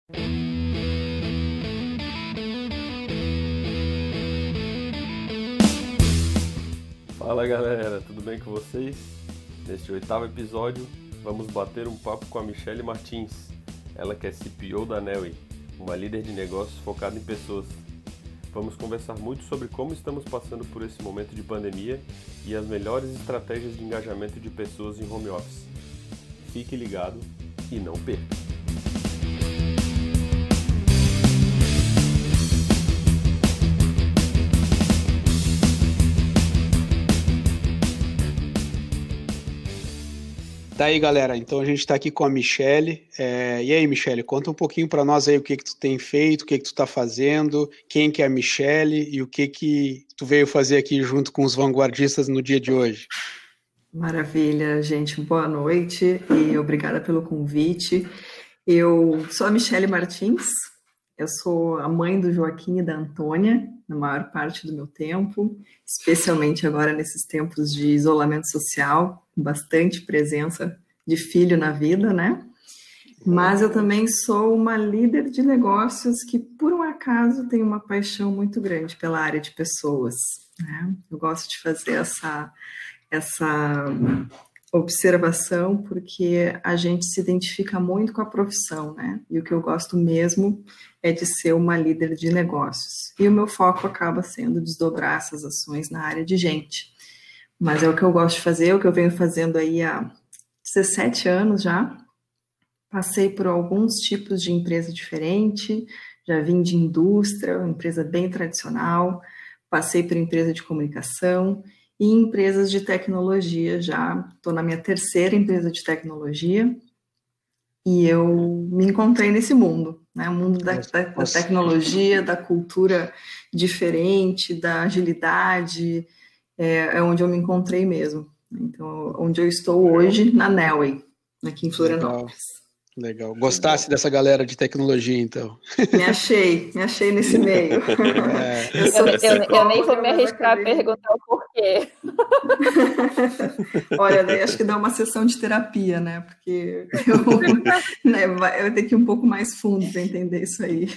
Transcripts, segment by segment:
Fala galera, tudo bem com vocês? Neste 8º episódio, vamos bater um papo com a Michele Martins, ela que é CPO da Neoway, uma líder de negócios focada em pessoas. Vamos conversar muito sobre como estamos passando por esse momento de pandemia e as melhores estratégias de engajamento de pessoas em home office. Fique ligado e não perca! Tá aí, galera. Então a gente está aqui com a Michele. E aí, Michele, conta um pouquinho para nós aí o que tu tem feito, o que tu está fazendo, quem que é a Michele e o que tu veio fazer aqui junto com os vanguardistas no dia de hoje. Maravilha, gente. Boa noite e obrigada pelo convite. Eu sou a Michele Martins, eu sou a mãe do Joaquim e da Antônia, na maior parte do meu tempo, especialmente agora nesses tempos de isolamento social, bastante presença de filho na vida, né? Mas eu também sou uma líder de negócios que, por um acaso, tem uma paixão muito grande pela área de pessoas, né? Eu gosto de fazer essa observação porque a gente se identifica muito com a profissão, né? E o que eu gosto mesmo é de ser uma líder de negócios. E o meu foco acaba sendo desdobrar essas ações na área de gente. Mas é o que eu gosto de fazer, o que eu venho fazendo aí há 17 anos já. Passei por alguns tipos de empresa diferente, já vim de indústria, uma empresa bem tradicional, passei por empresa de comunicação e empresas de tecnologia, já estou na minha 3ª empresa de tecnologia e eu me encontrei nesse mundo, né? O mundo da tecnologia, da cultura diferente, da agilidade, é onde eu me encontrei mesmo. Então, onde eu estou hoje, na Neoway, aqui em Florianópolis. Legal. Gostasse dessa galera de tecnologia, então. Me achei nesse meio. Eu nem vou me arriscar a perguntar o porquê. Olha, daí acho que dá uma sessão de terapia, né? Porque eu tenho que ir um pouco mais fundo para entender isso aí.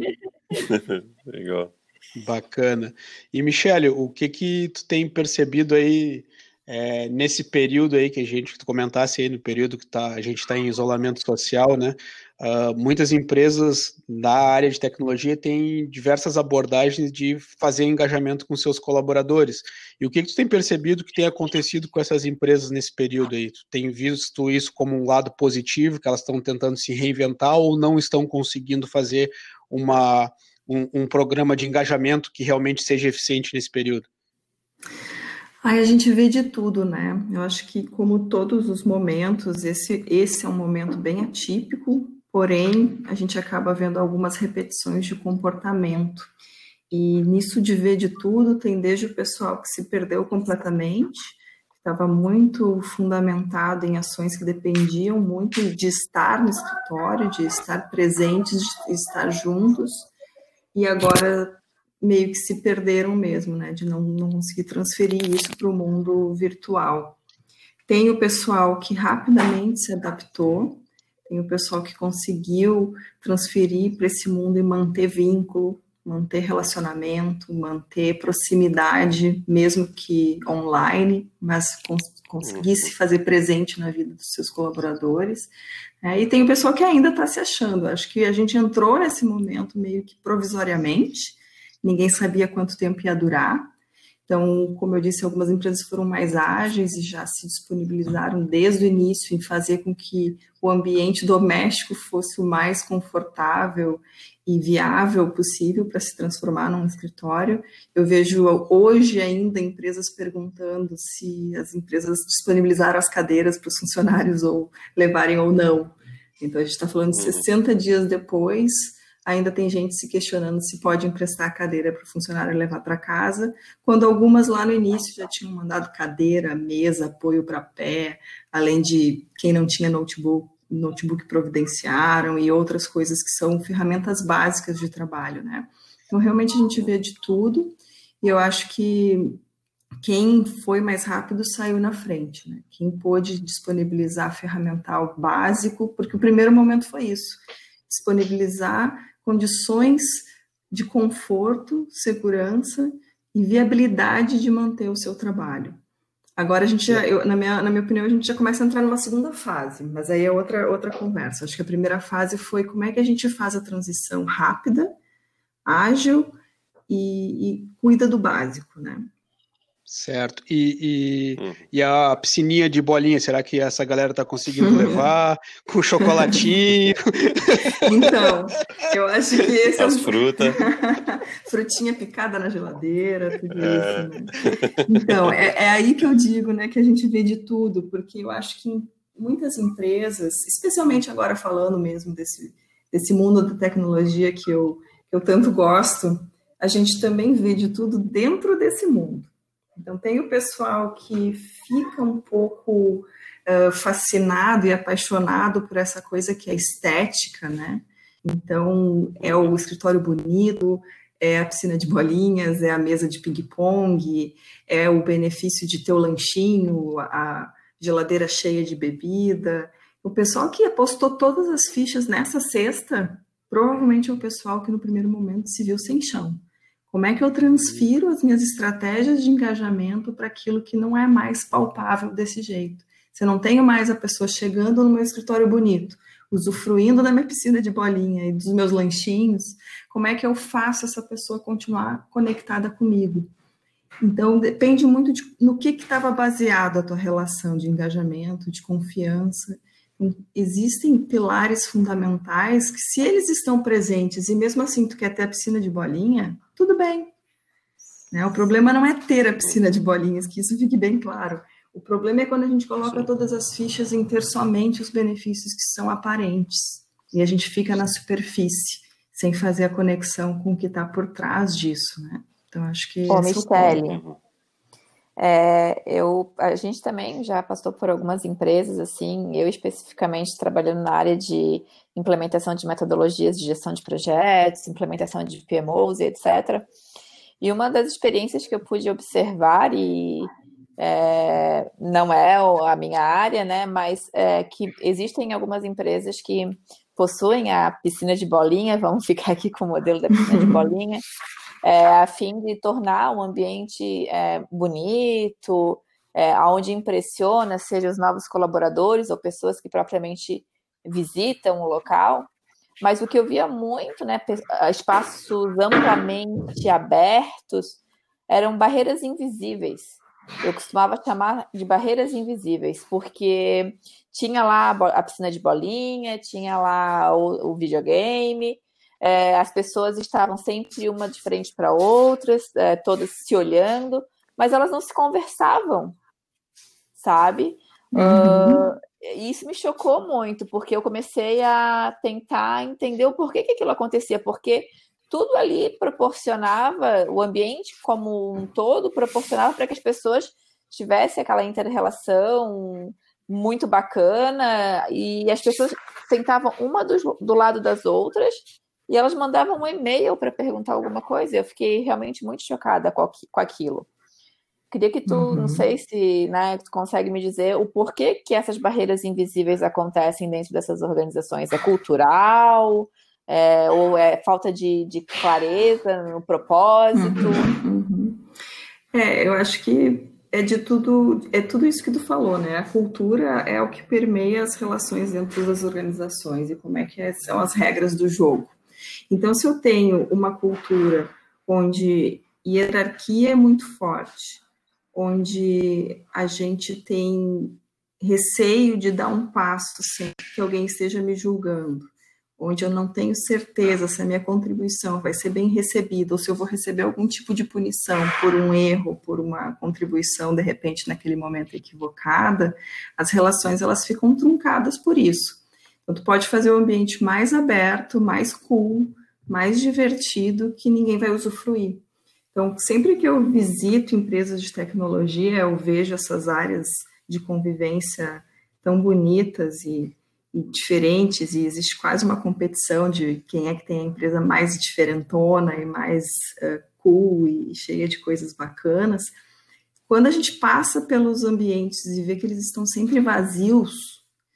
Legal. Bacana. E, Michele, o que tu tem percebido aí nesse período aí que tu comentasse aí no período que a gente está em isolamento social, né? Muitas empresas da área de tecnologia têm diversas abordagens de fazer engajamento com seus colaboradores. E o que tu tem percebido que tem acontecido com essas empresas nesse período aí? Tu tem visto isso como um lado positivo, que elas estão tentando se reinventar ou não estão conseguindo fazer um programa de engajamento que realmente seja eficiente nesse período? Aí a gente vê de tudo, né? Eu acho que, como todos os momentos, esse é um momento bem atípico, porém, a gente acaba vendo algumas repetições de comportamento. E nisso de ver de tudo, tem desde o pessoal que se perdeu completamente, que estava muito fundamentado em ações que dependiam muito de estar no escritório, de estar presentes, de estar juntos, e agora meio que se perderam mesmo, né, de não conseguir transferir isso para o mundo virtual. Tem o pessoal que rapidamente se adaptou, tem o pessoal que conseguiu transferir para esse mundo e manter vínculo, manter relacionamento, manter proximidade, mesmo que online, mas conseguir se fazer presente na vida dos seus colaboradores. E tem o pessoal que ainda está se achando. Acho que a gente entrou nesse momento meio que provisoriamente, ninguém sabia quanto tempo ia durar. Então, como eu disse, algumas empresas foram mais ágeis e já se disponibilizaram desde o início em fazer com que o ambiente doméstico fosse o mais confortável e viável possível para se transformar num escritório. Eu vejo hoje ainda empresas perguntando se as empresas disponibilizaram as cadeiras para os funcionários ou levarem ou não. Então, a gente está falando de 60 dias depois, ainda tem gente se questionando se pode emprestar a cadeira para o funcionário levar para casa, quando algumas lá no início já tinham mandado cadeira, mesa, apoio para pé, além de quem não tinha notebook providenciaram e outras coisas que são ferramentas básicas de trabalho, né? Então, realmente a gente vê de tudo e eu acho que quem foi mais rápido saiu na frente, né? Quem pôde disponibilizar ferramental básico, porque o primeiro momento foi isso, disponibilizar condições de conforto, segurança e viabilidade de manter o seu trabalho. Agora, na minha opinião, a gente já começa a entrar numa segunda fase, mas aí é outra conversa. Acho que a primeira fase foi como é que a gente faz a transição rápida, ágil e cuida do básico, né? Certo. E a piscininha de bolinha, será que essa galera tá conseguindo levar com chocolatinho? Então, eu acho que esse As frutas. Frutinha picada na geladeira, tudo isso, né? Então, é aí que eu digo, né, que a gente vê de tudo, porque eu acho que em muitas empresas, especialmente agora falando mesmo desse mundo da tecnologia que eu tanto gosto, a gente também vê de tudo dentro desse mundo. Então, tem o pessoal que fica um pouco fascinado e apaixonado por essa coisa que é estética, né? Então, é o escritório bonito, é a piscina de bolinhas, é a mesa de ping-pong, é o benefício de ter o lanchinho, a geladeira cheia de bebida. O pessoal que apostou todas as fichas nessa cesta, provavelmente é o pessoal que no primeiro momento se viu sem chão. Como é que eu transfiro as minhas estratégias de engajamento para aquilo que não é mais palpável desse jeito? Se eu não tenho mais a pessoa chegando no meu escritório bonito, usufruindo da minha piscina de bolinha e dos meus lanchinhos, como é que eu faço essa pessoa continuar conectada comigo? Então, depende muito no que estava baseado a tua relação de engajamento, de confiança. Existem pilares fundamentais que, se eles estão presentes e mesmo assim tu quer ter a piscina de bolinha, tudo bem. Né? O problema não é ter a piscina de bolinhas, que isso fique bem claro. O problema é quando a gente coloca todas as fichas em ter somente os benefícios que são aparentes. E a gente fica na superfície, sem fazer a conexão com o que está por trás disso, né? Então, acho que... Michele, a gente também já passou por algumas empresas, assim, eu especificamente trabalhando na área de implementação de metodologias de gestão de projetos, implementação de PMOs e etc. E uma das experiências que eu pude observar, e não é a minha área, né, mas que existem algumas empresas que possuem a piscina de bolinha, vamos ficar aqui com o modelo da piscina de bolinha, a fim de tornar um ambiente bonito, onde impressiona, seja os novos colaboradores ou pessoas que propriamente visitam o local. Mas o que eu via muito, né, espaços amplamente abertos, eram barreiras invisíveis. Eu costumava chamar de barreiras invisíveis, porque tinha lá a piscina de bolinha, tinha lá o videogame, as pessoas estavam sempre uma de frente para outras, todas se olhando, mas elas não se conversavam, sabe? E isso me chocou muito, porque eu comecei a tentar entender o porquê que aquilo acontecia, porque tudo ali proporcionava, o ambiente como um todo proporcionava para que as pessoas tivessem aquela inter-relação muito bacana, e as pessoas sentavam uma do lado das outras, e elas mandavam um e-mail para perguntar alguma coisa. Eu fiquei realmente muito chocada com aquilo. Queria que tu, não sei se, né, tu consegue me dizer o porquê que essas barreiras invisíveis acontecem dentro dessas organizações. É cultural? Ou é falta de clareza no propósito? Eu acho que é tudo isso que tu falou, né? A cultura é o que permeia as relações dentro das organizações e como é que são as regras do jogo. Então, se eu tenho uma cultura onde hierarquia é muito forte, onde a gente tem receio de dar um passo sem que alguém esteja me julgando, onde eu não tenho certeza se a minha contribuição vai ser bem recebida ou se eu vou receber algum tipo de punição por um erro, por uma contribuição, de repente, naquele momento equivocada, as relações elas ficam truncadas por isso. Então, tu pode fazer o ambiente mais aberto, mais cool, mais divertido, que ninguém vai usufruir. Então, sempre que eu visito empresas de tecnologia, eu vejo essas áreas de convivência tão bonitas e diferentes, e existe quase uma competição de quem é que tem a empresa mais diferentona e mais cool e cheia de coisas bacanas. Quando a gente passa pelos ambientes e vê que eles estão sempre vazios,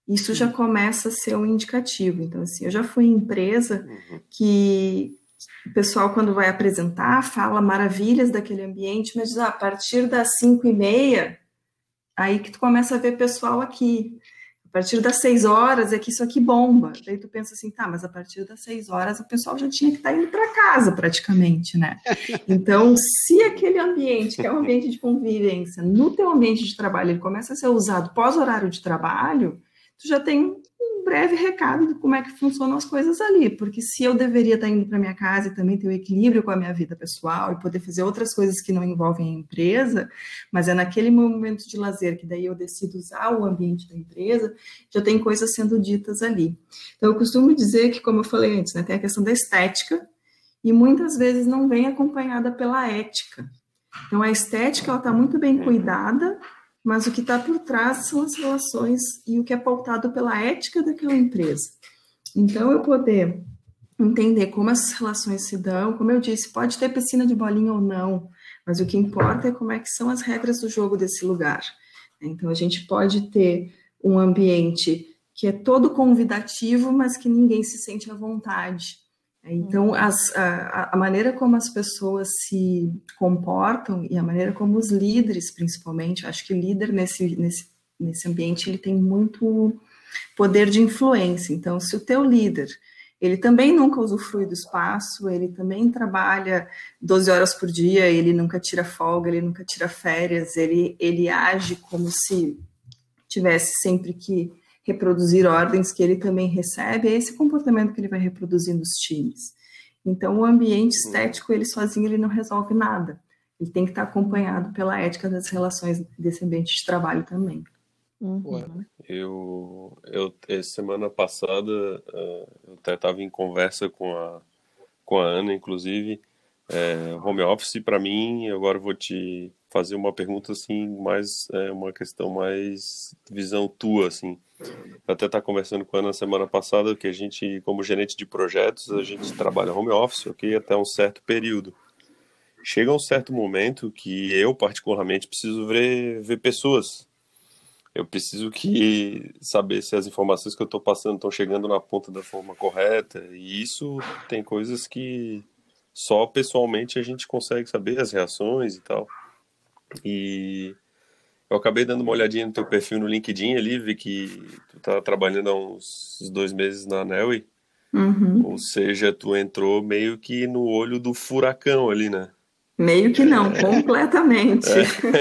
isso já começa a ser um indicativo. Então, assim, eu já fui em empresa que o pessoal, quando vai apresentar, fala maravilhas daquele ambiente, mas diz, a partir das 5h30, aí que tu começa a ver pessoal aqui. A partir das 6 horas é que isso aqui bomba. Daí tu pensa assim, tá, mas a partir das 6 horas o pessoal já tinha que estar indo para casa praticamente, né? Então, se aquele ambiente, que é um ambiente de convivência, no teu ambiente de trabalho, ele começa a ser usado pós-horário de trabalho, tu já tem um breve recado de como é que funcionam as coisas ali, porque se eu deveria estar indo para minha casa e também ter o equilíbrio com a minha vida pessoal e poder fazer outras coisas que não envolvem a empresa, mas é naquele momento de lazer que daí eu decido usar o ambiente da empresa, já tem coisas sendo ditas ali. Então, eu costumo dizer que, como eu falei antes, né, tem a questão da estética e muitas vezes não vem acompanhada pela ética. Então, a estética ela está muito bem cuidada, mas o que está por trás são as relações e o que é pautado pela ética daquela empresa. Então, eu poder entender como essas relações se dão, como eu disse, pode ter piscina de bolinha ou não, mas o que importa é como é que são as regras do jogo desse lugar. Então, a gente pode ter um ambiente que é todo convidativo, mas que ninguém se sente à vontade. Então, a maneira como as pessoas se comportam e a maneira como os líderes, principalmente, acho que líder nesse ambiente, ele tem muito poder de influência. Então, se o teu líder, ele também nunca usufrui do espaço, ele também trabalha 12 horas por dia, ele nunca tira folga, ele nunca tira férias, ele age como se tivesse sempre que reproduzir ordens que ele também recebe, é esse comportamento que ele vai reproduzir nos times. Então, o ambiente estético, ele sozinho, ele não resolve nada. Ele tem que estar acompanhado pela ética das relações desse ambiente de trabalho também. Eu semana passada, eu até estava em conversa com a Ana, inclusive, home office para mim, agora eu vou te fazer uma pergunta assim, mais uma questão mais visão tua, assim. Eu até estava conversando com a Ana semana passada que a gente, como gerente de projetos, a gente trabalha home office, ok, até um certo período. Chega um certo momento que eu, particularmente, preciso ver pessoas. Eu preciso saber se as informações que eu estou passando estão chegando na ponta da forma correta, e isso tem coisas que só pessoalmente a gente consegue saber, as reações e tal. E eu acabei dando uma olhadinha no teu perfil no LinkedIn ali, vi que tu tá trabalhando há uns 2 meses na Neoway, ou seja, tu entrou meio que no olho do furacão ali, né? Meio que não, completamente.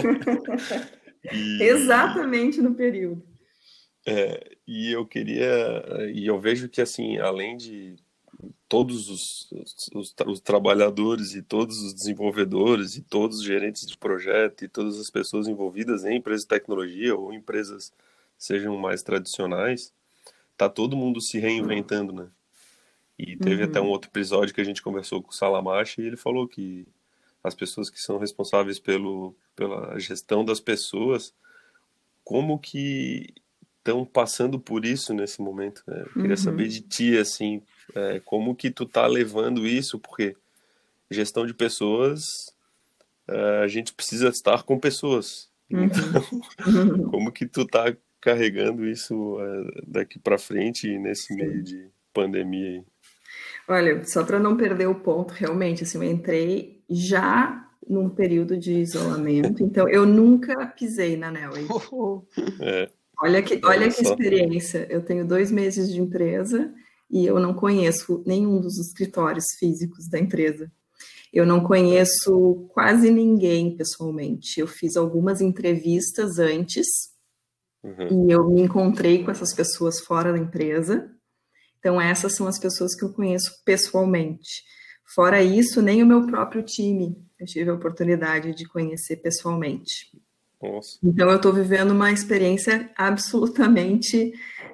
Exatamente no período. E eu vejo que assim, além de todos os trabalhadores e todos os desenvolvedores e todos os gerentes de projeto e todas as pessoas envolvidas em empresas de tecnologia ou empresas sejam mais tradicionais, tá todo mundo se reinventando, né? E teve até um outro episódio que a gente conversou com o Salamache e ele falou que as pessoas que são responsáveis pela gestão das pessoas, como que estão passando por isso nesse momento, né? Eu queria saber de ti, assim, como que tu tá levando isso, porque gestão de pessoas, a gente precisa estar com pessoas. Então, como que tu tá carregando isso daqui para frente nesse meio de pandemia aí? Olha, só para não perder o ponto, realmente, assim, eu entrei já num período de isolamento, então eu nunca pisei na Neoway. Olha que experiência, eu tenho 2 meses de empresa e eu não conheço nenhum dos escritórios físicos da empresa. Eu não conheço quase ninguém pessoalmente. Eu fiz algumas entrevistas antes e eu me encontrei com essas pessoas fora da empresa. Então, essas são as pessoas que eu conheço pessoalmente. Fora isso, nem o meu próprio time eu tive a oportunidade de conhecer pessoalmente. Nossa. Então, eu estou vivendo uma experiência absolutamente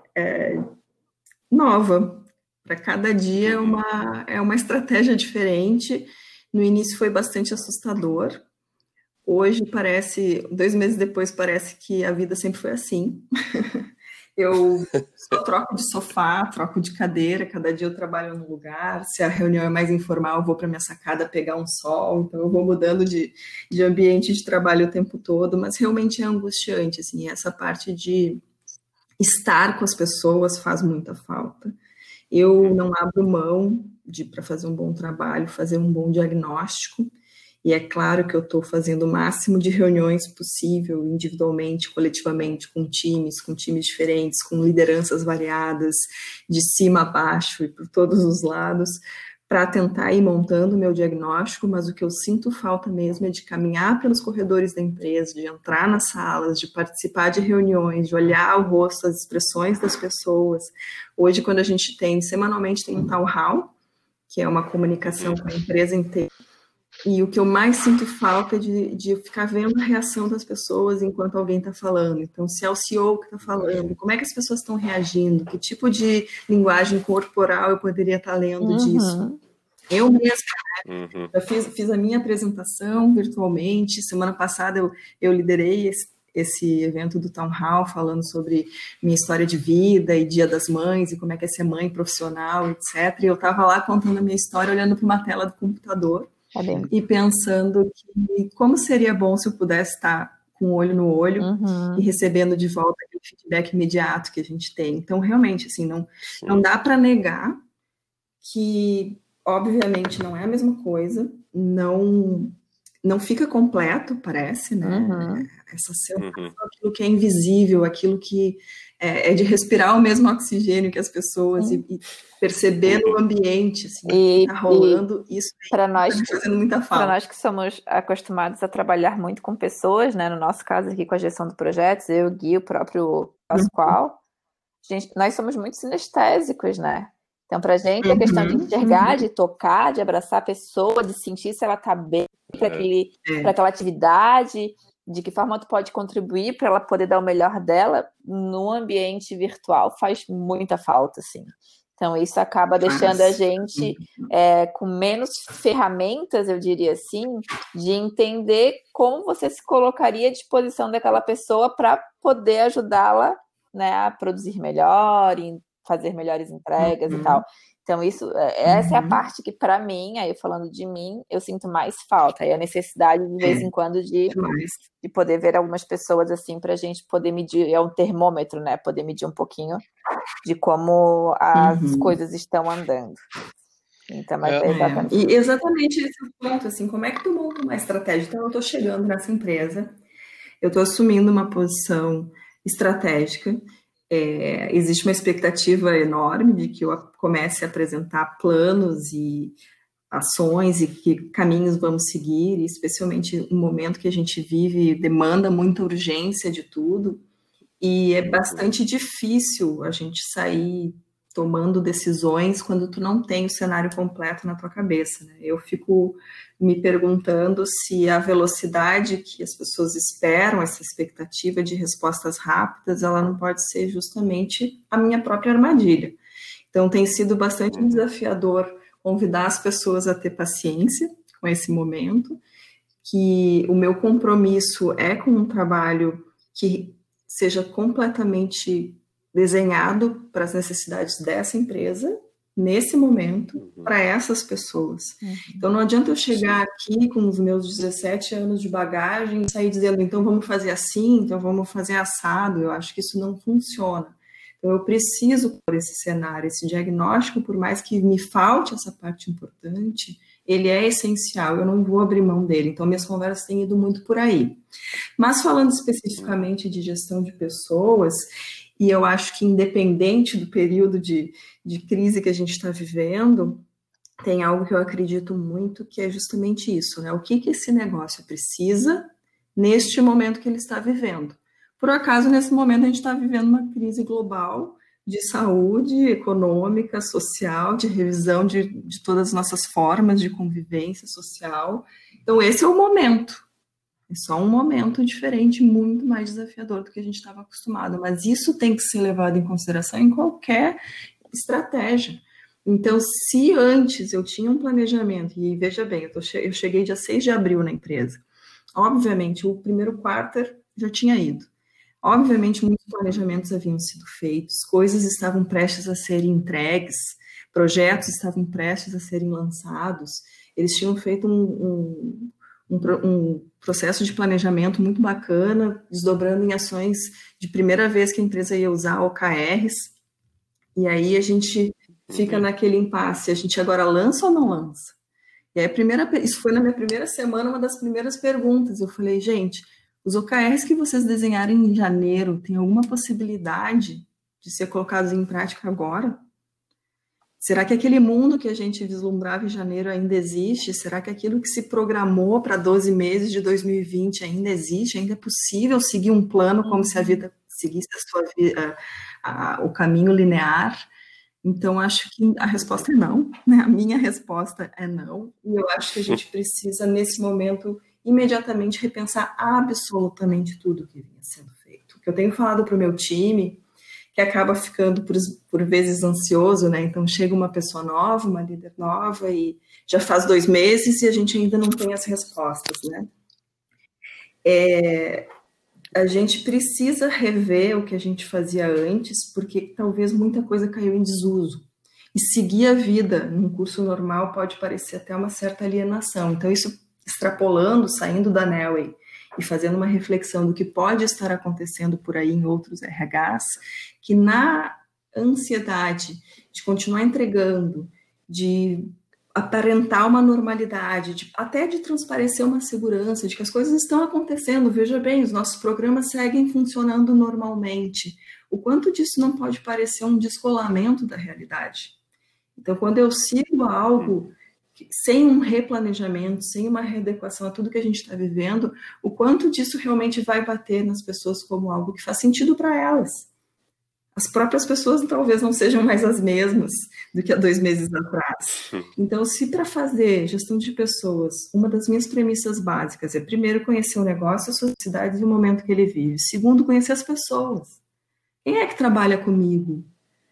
nova. Para cada dia é uma estratégia diferente. No início foi bastante assustador. Hoje 2 meses depois, parece que a vida sempre foi assim. Eu só troco de sofá, troco de cadeira, cada dia eu trabalho num lugar. Se a reunião é mais informal, eu vou para minha sacada pegar um sol. Então, eu vou mudando de ambiente de trabalho o tempo todo, mas realmente é angustiante, assim, essa parte de estar com as pessoas faz muita falta. Eu não abro mão para fazer um bom trabalho, fazer um bom diagnóstico, e é claro que eu estou fazendo o máximo de reuniões possível, individualmente, coletivamente, com times diferentes, com lideranças variadas, de cima a baixo e por todos os lados, para tentar ir montando o meu diagnóstico, mas o que eu sinto falta mesmo é de caminhar pelos corredores da empresa, de entrar nas salas, de participar de reuniões, de olhar o rosto, as expressões das pessoas. Hoje, quando a gente semanalmente tem um town hall, que é uma comunicação com a empresa inteira, e o que eu mais sinto falta é de ficar vendo a reação das pessoas enquanto alguém está falando. Então, se é o CEO que está falando, como é que as pessoas estão reagindo? Que tipo de linguagem corporal eu poderia estar lendo disso? Eu mesma, eu fiz a minha apresentação virtualmente. Semana passada eu liderei esse evento do Town Hall, falando sobre minha história de vida e Dia das Mães, e como é que é ser mãe profissional, etc. E eu estava lá contando a minha história, olhando para uma tela do computador, e pensando que como seria bom se eu pudesse estar com o olho no olho e recebendo de volta aquele feedback imediato que a gente tem. Então, realmente, assim, não dá para negar que, obviamente, não é a mesma coisa, não fica completo, parece, né? Essa sensação, aquilo que é invisível, aquilo que é de respirar o mesmo oxigênio que as pessoas e perceber no ambiente, assim, que está rolando, isso para nós, tá fazendo muita falta. Para nós que somos acostumados a trabalhar muito com pessoas, né? No nosso caso aqui com a gestão de projetos, eu, Gui, o próprio Pascoal, nós somos muito sinestésicos, né? Então, para a gente, a questão de enxergar, de tocar, de abraçar a pessoa, de sentir se ela está bem para aquela atividade, de que forma tu pode contribuir para ela poder dar o melhor dela no ambiente virtual, faz muita falta, assim. Então, isso acaba deixando a gente com menos ferramentas, eu diria assim, de entender como você se colocaria à disposição daquela pessoa para poder ajudá-la, né, a produzir melhor, fazer melhores entregas e tal. Então, essa é a parte que, para mim, aí falando de mim, eu sinto mais falta. E a necessidade, de vez em quando, de poder ver algumas pessoas assim, para a gente poder medir, é um termômetro, né? Poder medir um pouquinho de como as coisas estão andando. Então, mas exatamente. E exatamente esse ponto, assim, como é que tu monta uma estratégia? Então, eu estou chegando nessa empresa, eu estou assumindo uma posição estratégica. Existe uma expectativa enorme de que eu comece a apresentar planos e ações e que caminhos vamos seguir, especialmente no momento que a gente vive, demanda muita urgência de tudo, e é bastante difícil a gente sair tomando decisões quando tu não tem o cenário completo na tua cabeça, né? Eu fico me perguntando se a velocidade que as pessoas esperam, essa expectativa de respostas rápidas, ela não pode ser justamente a minha própria armadilha. Então, tem sido bastante desafiador convidar as pessoas a ter paciência com esse momento, que o meu compromisso é com um trabalho que seja completamente desenhado para as necessidades dessa empresa, nesse momento, para essas pessoas. Então, não adianta eu chegar aqui com os meus 17 anos de bagagem e sair dizendo, então vamos fazer assim, então vamos fazer assado. Eu acho que isso não funciona. Então, eu preciso por esse cenário, esse diagnóstico, por mais que me falte essa parte importante, ele é essencial, eu não vou abrir mão dele. Então, minhas conversas têm ido muito por aí. Mas, falando especificamente de gestão de pessoas, e eu acho que independente do período de crise que a gente está vivendo, tem algo que eu acredito muito, que é justamente isso, né? O que esse negócio precisa neste momento que ele está vivendo. Por acaso, nesse momento, a gente está vivendo uma crise global de saúde econômica, social, de revisão de todas as nossas formas de convivência social. Então, esse é o momento. É só um momento diferente, muito mais desafiador do que a gente estava acostumado. Mas isso tem que ser levado em consideração em qualquer estratégia. Então, se antes eu tinha um planejamento, e veja bem, eu cheguei dia 6 de abril na empresa. Obviamente, o primeiro quarter já tinha ido. Obviamente, muitos planejamentos haviam sido feitos, coisas estavam prestes a serem entregues, projetos estavam prestes a serem lançados. Eles tinham feito um processo de planejamento muito bacana, desdobrando em ações de primeira vez que a empresa ia usar OKRs, e aí a gente fica naquele impasse, a gente agora lança ou não lança? E aí isso foi na minha primeira semana, uma das primeiras perguntas, eu falei, gente, os OKRs que vocês desenharam em janeiro, tem alguma possibilidade de ser colocados em prática agora? Será que aquele mundo que a gente vislumbrava em janeiro ainda existe? Será que aquilo que se programou para 12 meses de 2020 ainda existe? Ainda é possível seguir um plano como se a vida seguisse o caminho linear? Então, acho que a resposta é não, né? A minha resposta é não. E eu acho que a gente precisa, nesse momento, imediatamente repensar absolutamente tudo que vinha sendo feito. O que eu tenho falado para o meu time, que acaba ficando, por vezes, ansioso, né? Então, chega uma pessoa nova, uma líder nova, e já faz 2 meses e a gente ainda não tem as respostas, né? A gente precisa rever o que a gente fazia antes, porque talvez muita coisa caiu em desuso. E seguir a vida num curso normal pode parecer até uma certa alienação. Então, isso extrapolando, saindo da Nelway e fazendo uma reflexão do que pode estar acontecendo por aí em outros RHs, que na ansiedade de continuar entregando, de aparentar uma normalidade, até de transparecer uma segurança, de que as coisas estão acontecendo, veja bem, os nossos programas seguem funcionando normalmente. O quanto disso não pode parecer um descolamento da realidade? Então, quando eu sigo algo sem um replanejamento, sem uma readequação a tudo que a gente está vivendo, o quanto disso realmente vai bater nas pessoas como algo que faz sentido para elas? As próprias pessoas talvez não sejam mais as mesmas do que há 2 meses atrás. Então, se para fazer gestão de pessoas, uma das minhas premissas básicas é, primeiro, conhecer o negócio, a sociedade e o momento que ele vive. Segundo, conhecer as pessoas. Quem é que trabalha comigo?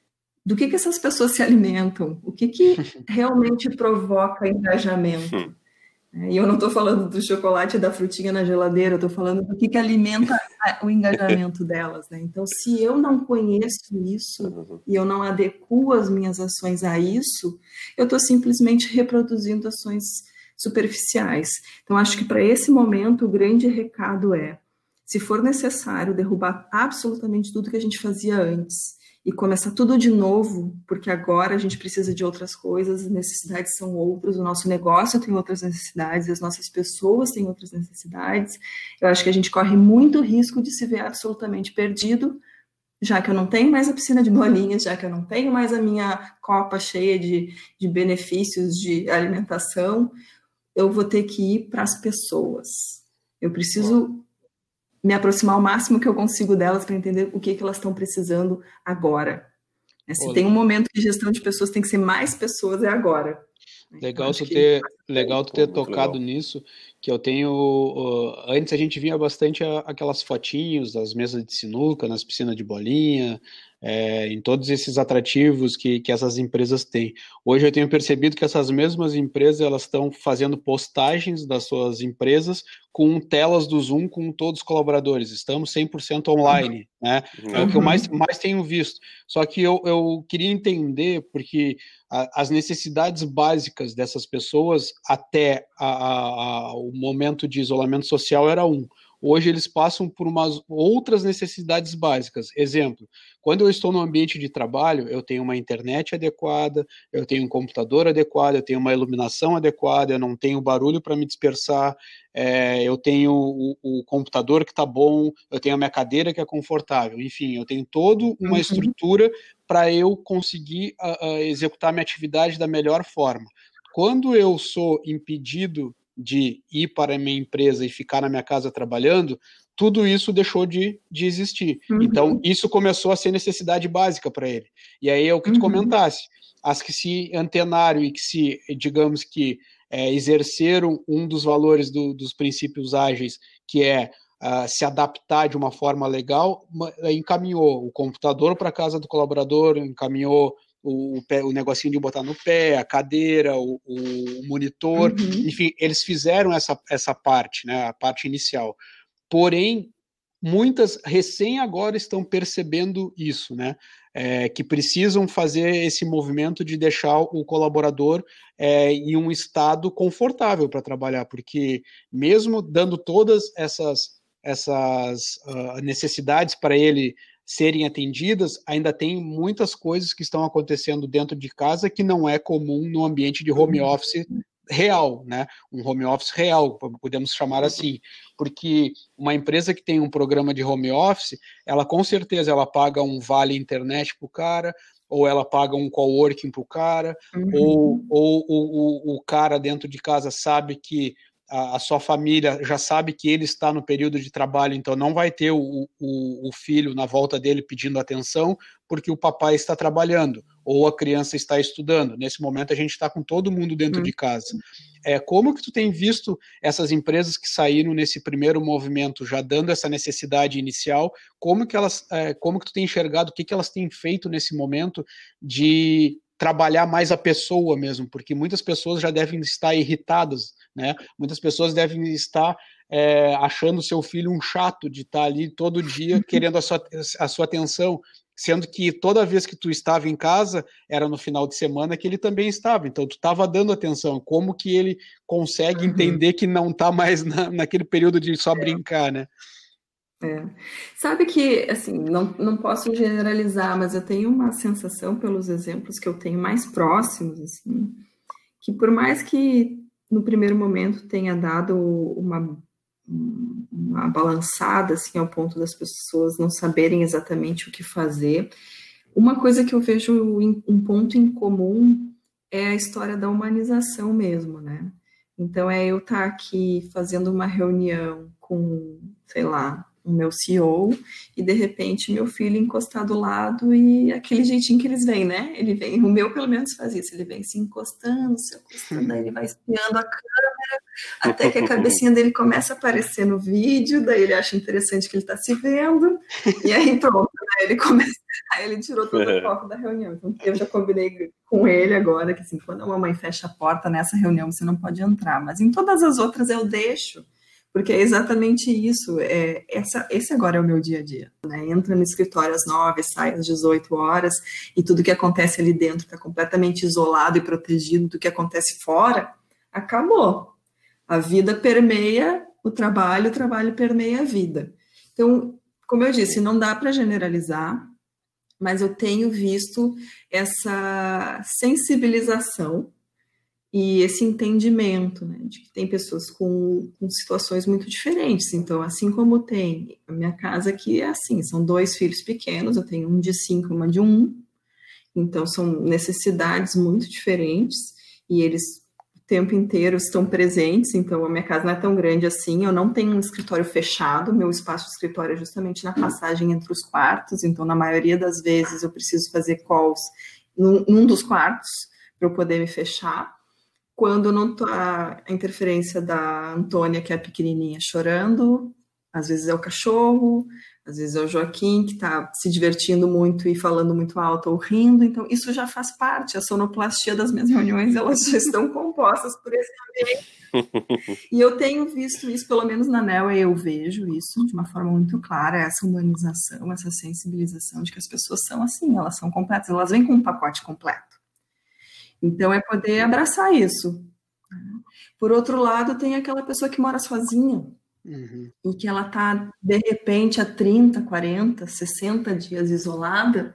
Do que essas pessoas se alimentam? O que realmente provoca engajamento? E eu não estou falando do chocolate e da frutinha na geladeira, eu estou falando do que alimenta o engajamento delas, né? Então, se eu não conheço isso e eu não adequo as minhas ações a isso, eu estou simplesmente reproduzindo ações superficiais. Então, acho que para esse momento o grande recado é, se for necessário, derrubar absolutamente tudo que a gente fazia antes e começar tudo de novo, porque agora a gente precisa de outras coisas, as necessidades são outras, o nosso negócio tem outras necessidades, as nossas pessoas têm outras necessidades. Eu acho que a gente corre muito risco de se ver absolutamente perdido, já que eu não tenho mais a piscina de bolinhas, já que eu não tenho mais a minha copa cheia de benefícios de alimentação, eu vou ter que ir para as pessoas. Eu preciso me aproximar ao máximo que eu consigo delas para entender o que elas estão precisando agora. Se tem um momento de gestão de pessoas, tem que ser mais pessoas, é agora. Legal tu ter tocado nisso, que eu tenho... antes a gente via bastante aquelas fotinhos das mesas de sinuca, nas piscinas de bolinha, em todos esses atrativos que essas empresas têm. Hoje eu tenho percebido que essas mesmas empresas, elas estão fazendo postagens das suas empresas com telas do Zoom com todos os colaboradores. Estamos 100% online, né? É o que eu mais tenho visto. Só que eu queria entender, porque as necessidades básicas dessas pessoas até o momento de isolamento social era um. Hoje eles passam por umas outras necessidades básicas. Exemplo, quando eu estou no ambiente de trabalho, eu tenho uma internet adequada, eu tenho um computador adequado, eu tenho uma iluminação adequada, eu não tenho barulho para me dispersar, eu tenho o computador que está bom, eu tenho a minha cadeira que é confortável, enfim, eu tenho toda uma estrutura para eu conseguir executar minha atividade da melhor forma. Quando eu sou impedido de ir para a minha empresa e ficar na minha casa trabalhando, tudo isso deixou de existir. Então, isso começou a ser necessidade básica para ele. E aí é o que tu comentasse, as que se antenaram e que se, digamos que, exerceram um dos valores dos princípios ágeis, que é se adaptar de uma forma legal, encaminhou o computador para a casa do colaborador, encaminhou o negocinho de botar no pé, a cadeira, o monitor, enfim, eles fizeram essa parte, né, a parte inicial. Porém, muitas recém agora estão percebendo isso, né? Que precisam fazer esse movimento de deixar o colaborador em um estado confortável para trabalhar, porque mesmo dando todas essas necessidades para ele serem atendidas, ainda tem muitas coisas que estão acontecendo dentro de casa que não é comum no ambiente de home office real, né? Um home office real, podemos chamar assim, porque uma empresa que tem um programa de home office, ela com certeza ela paga um vale internet para o cara, ou ela paga um coworking para o cara, ou o cara dentro de casa sabe que a sua família já sabe que ele está no período de trabalho, então não vai ter o filho na volta dele pedindo atenção, porque o papai está trabalhando, ou a criança está estudando. Nesse momento a gente está com todo mundo dentro de casa. Como que tu tem visto essas empresas que saíram nesse primeiro movimento, já dando essa necessidade inicial, como que tu tem enxergado, o que elas têm feito nesse momento de trabalhar mais a pessoa mesmo, porque muitas pessoas já devem estar irritadas, né? Muitas pessoas devem estar achando seu filho um chato de estar ali todo dia querendo a sua atenção, sendo que toda vez que tu estava em casa, era no final de semana que ele também estava, então tu estava dando atenção. Como que ele consegue entender que não está mais naquele período de só brincar, né? Sabe que, assim, não posso generalizar, mas eu tenho uma sensação pelos exemplos que eu tenho mais próximos, assim, que por mais que no primeiro momento tenha dado uma balançada, assim, ao ponto das pessoas não saberem exatamente o que fazer, uma coisa que eu vejo um ponto em comum é a história da humanização mesmo, né? Então, eu estar aqui fazendo uma reunião com, sei lá, o meu CEO, e de repente meu filho encostar do lado e aquele jeitinho que eles vêm, né? Ele vem, o meu pelo menos faz isso, ele vem se encostando, aí ele vai espiando a câmera, até que a cabecinha dele começa a aparecer no vídeo, daí ele acha interessante que ele está se vendo, e aí pronto, né? Aí ele tirou todo o foco da reunião. Então eu já combinei com ele agora que assim, quando a mamãe fecha a porta nessa reunião, você não pode entrar, mas em todas as outras eu deixo. Porque é exatamente isso, esse agora é o meu dia a dia, né? Entra no escritório às 9, sai às 18 horas, e tudo que acontece ali dentro está completamente isolado e protegido do que acontece fora, acabou. A vida permeia o trabalho permeia a vida. Então, como eu disse, não dá para generalizar, mas eu tenho visto essa sensibilização e esse entendimento, né, de que tem pessoas com situações muito diferentes. Então, assim como tem a minha casa aqui, é assim, são 2 filhos pequenos, eu tenho um de 5 e uma de 1, então são necessidades muito diferentes, e eles o tempo inteiro estão presentes, então a minha casa não é tão grande assim, eu não tenho um escritório fechado, meu espaço de escritório é justamente na passagem entre os quartos, então na maioria das vezes eu preciso fazer calls num dos quartos para eu poder me fechar. Quando não está a interferência da Antônia, que é a pequenininha, chorando, às vezes é o cachorro, às vezes é o Joaquim, que está se divertindo muito e falando muito alto ou rindo, então isso já faz parte, a sonoplastia das minhas reuniões, elas já estão compostas por esse ambiente. E eu tenho visto isso, pelo menos na Neoway eu vejo isso de uma forma muito clara, essa humanização, essa sensibilização de que as pessoas são assim, elas são completas, elas vêm com um pacote completo. Então, é poder abraçar isso. Por outro lado, tem aquela pessoa que mora sozinha e que ela está, de repente, há 30, 40, 60 dias isolada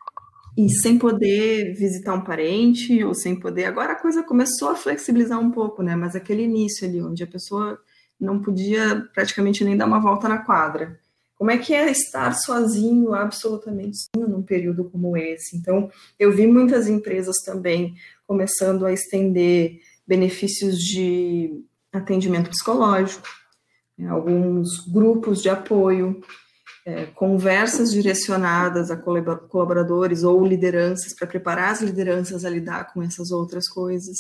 e sem poder visitar um parente ou sem poder... Agora a coisa começou a flexibilizar um pouco, né? Mas aquele início ali, onde a pessoa não podia praticamente nem dar uma volta na quadra. Como é que é estar sozinho, absolutamente sozinho, num período como esse? Então, eu vi muitas empresas também começando a estender benefícios de atendimento psicológico, alguns grupos de apoio, conversas direcionadas a colaboradores ou lideranças, para preparar as lideranças a lidar com essas outras coisas.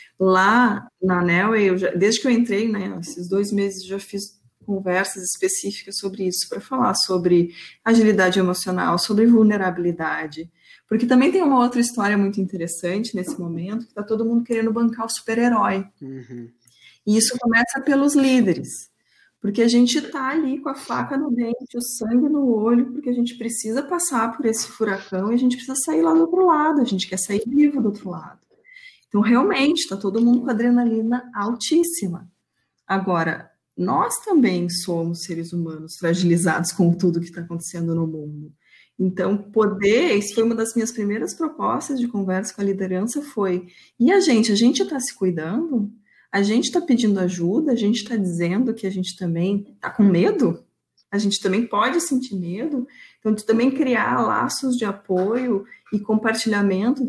Lá na Neoway, desde que eu entrei, né, esses 2 meses, já fiz conversas específicas sobre isso, para falar sobre agilidade emocional, sobre vulnerabilidade, porque também tem uma outra história muito interessante nesse momento, que está todo mundo querendo bancar o super-herói. E isso começa pelos líderes, Porque a gente está ali com a faca no dente, o sangue no olho, porque a gente precisa passar por esse furacão e a gente precisa sair lá do outro lado, a gente quer sair vivo do outro lado. Então, realmente, está todo mundo com adrenalina altíssima. Agora, nós também somos seres humanos fragilizados com tudo que está acontecendo no mundo. Então, isso foi uma das minhas primeiras propostas de conversa com a liderança, e a gente está se cuidando? A gente está pedindo ajuda? A gente está dizendo que a gente também está com medo? A gente também pode sentir medo? Então, também criar laços de apoio e compartilhamento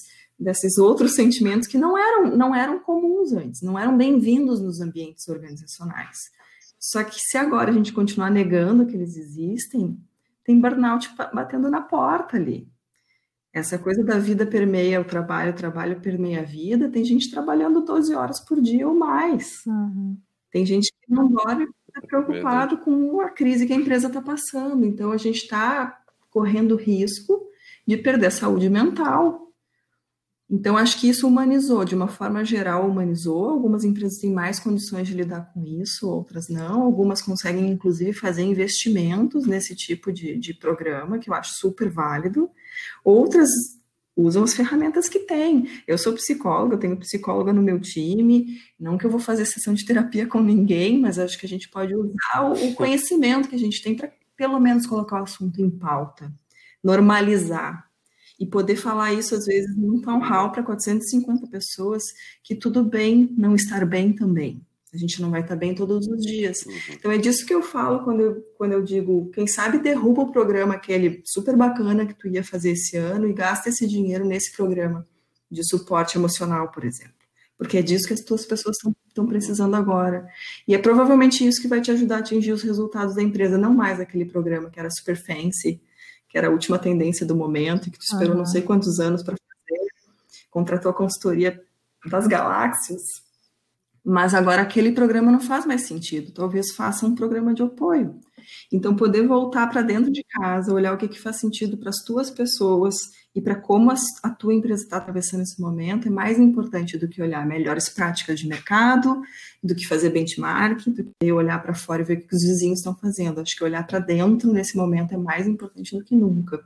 desses outros sentimentos que não eram comuns antes, não eram bem-vindos nos ambientes organizacionais. Só que se agora a gente continuar negando que eles existem, tem burnout batendo na porta ali. Essa coisa da vida permeia o trabalho permeia a vida, tem gente trabalhando 12 horas por dia ou mais. Uhum. Tem gente que não dorme porque está preocupado com a crise que a empresa está passando. Então, a gente está correndo risco de perder a saúde mental. Então, acho que isso humanizou, de uma forma geral humanizou. Algumas empresas têm mais condições de lidar com isso, outras não. Algumas conseguem, inclusive, fazer investimentos nesse tipo de programa, que eu acho super válido. Outras usam as ferramentas que têm. Eu sou psicóloga, eu tenho psicóloga no meu time, não que eu vou fazer sessão de terapia com ninguém, mas acho que a gente pode usar o conhecimento que a gente tem para, pelo menos, colocar o assunto em pauta, normalizar. E poder falar isso, às vezes, num town hall para 450 pessoas, que tudo bem não estar bem também. A gente não vai estar bem todos os dias. Então, é disso que eu falo quando eu digo, quem sabe derruba o programa aquele super bacana que tu ia fazer esse ano e gasta esse dinheiro nesse programa de suporte emocional, por exemplo. Porque é disso que as tuas pessoas estão precisando agora. E é provavelmente isso que vai te ajudar a atingir os resultados da empresa, não mais aquele programa que era super fancy, que era a última tendência do momento, e que tu esperou não sei quantos anos para fazer, contratou a consultoria das galáxias, mas agora aquele programa não faz mais sentido, talvez faça um programa de apoio. Então, poder voltar para dentro de casa, olhar o que faz sentido para as tuas pessoas e para como a tua empresa está atravessando esse momento é mais importante do que olhar melhores práticas de mercado, do que fazer benchmark, do que olhar para fora e ver o que os vizinhos estão fazendo. Acho que olhar para dentro nesse momento é mais importante do que nunca.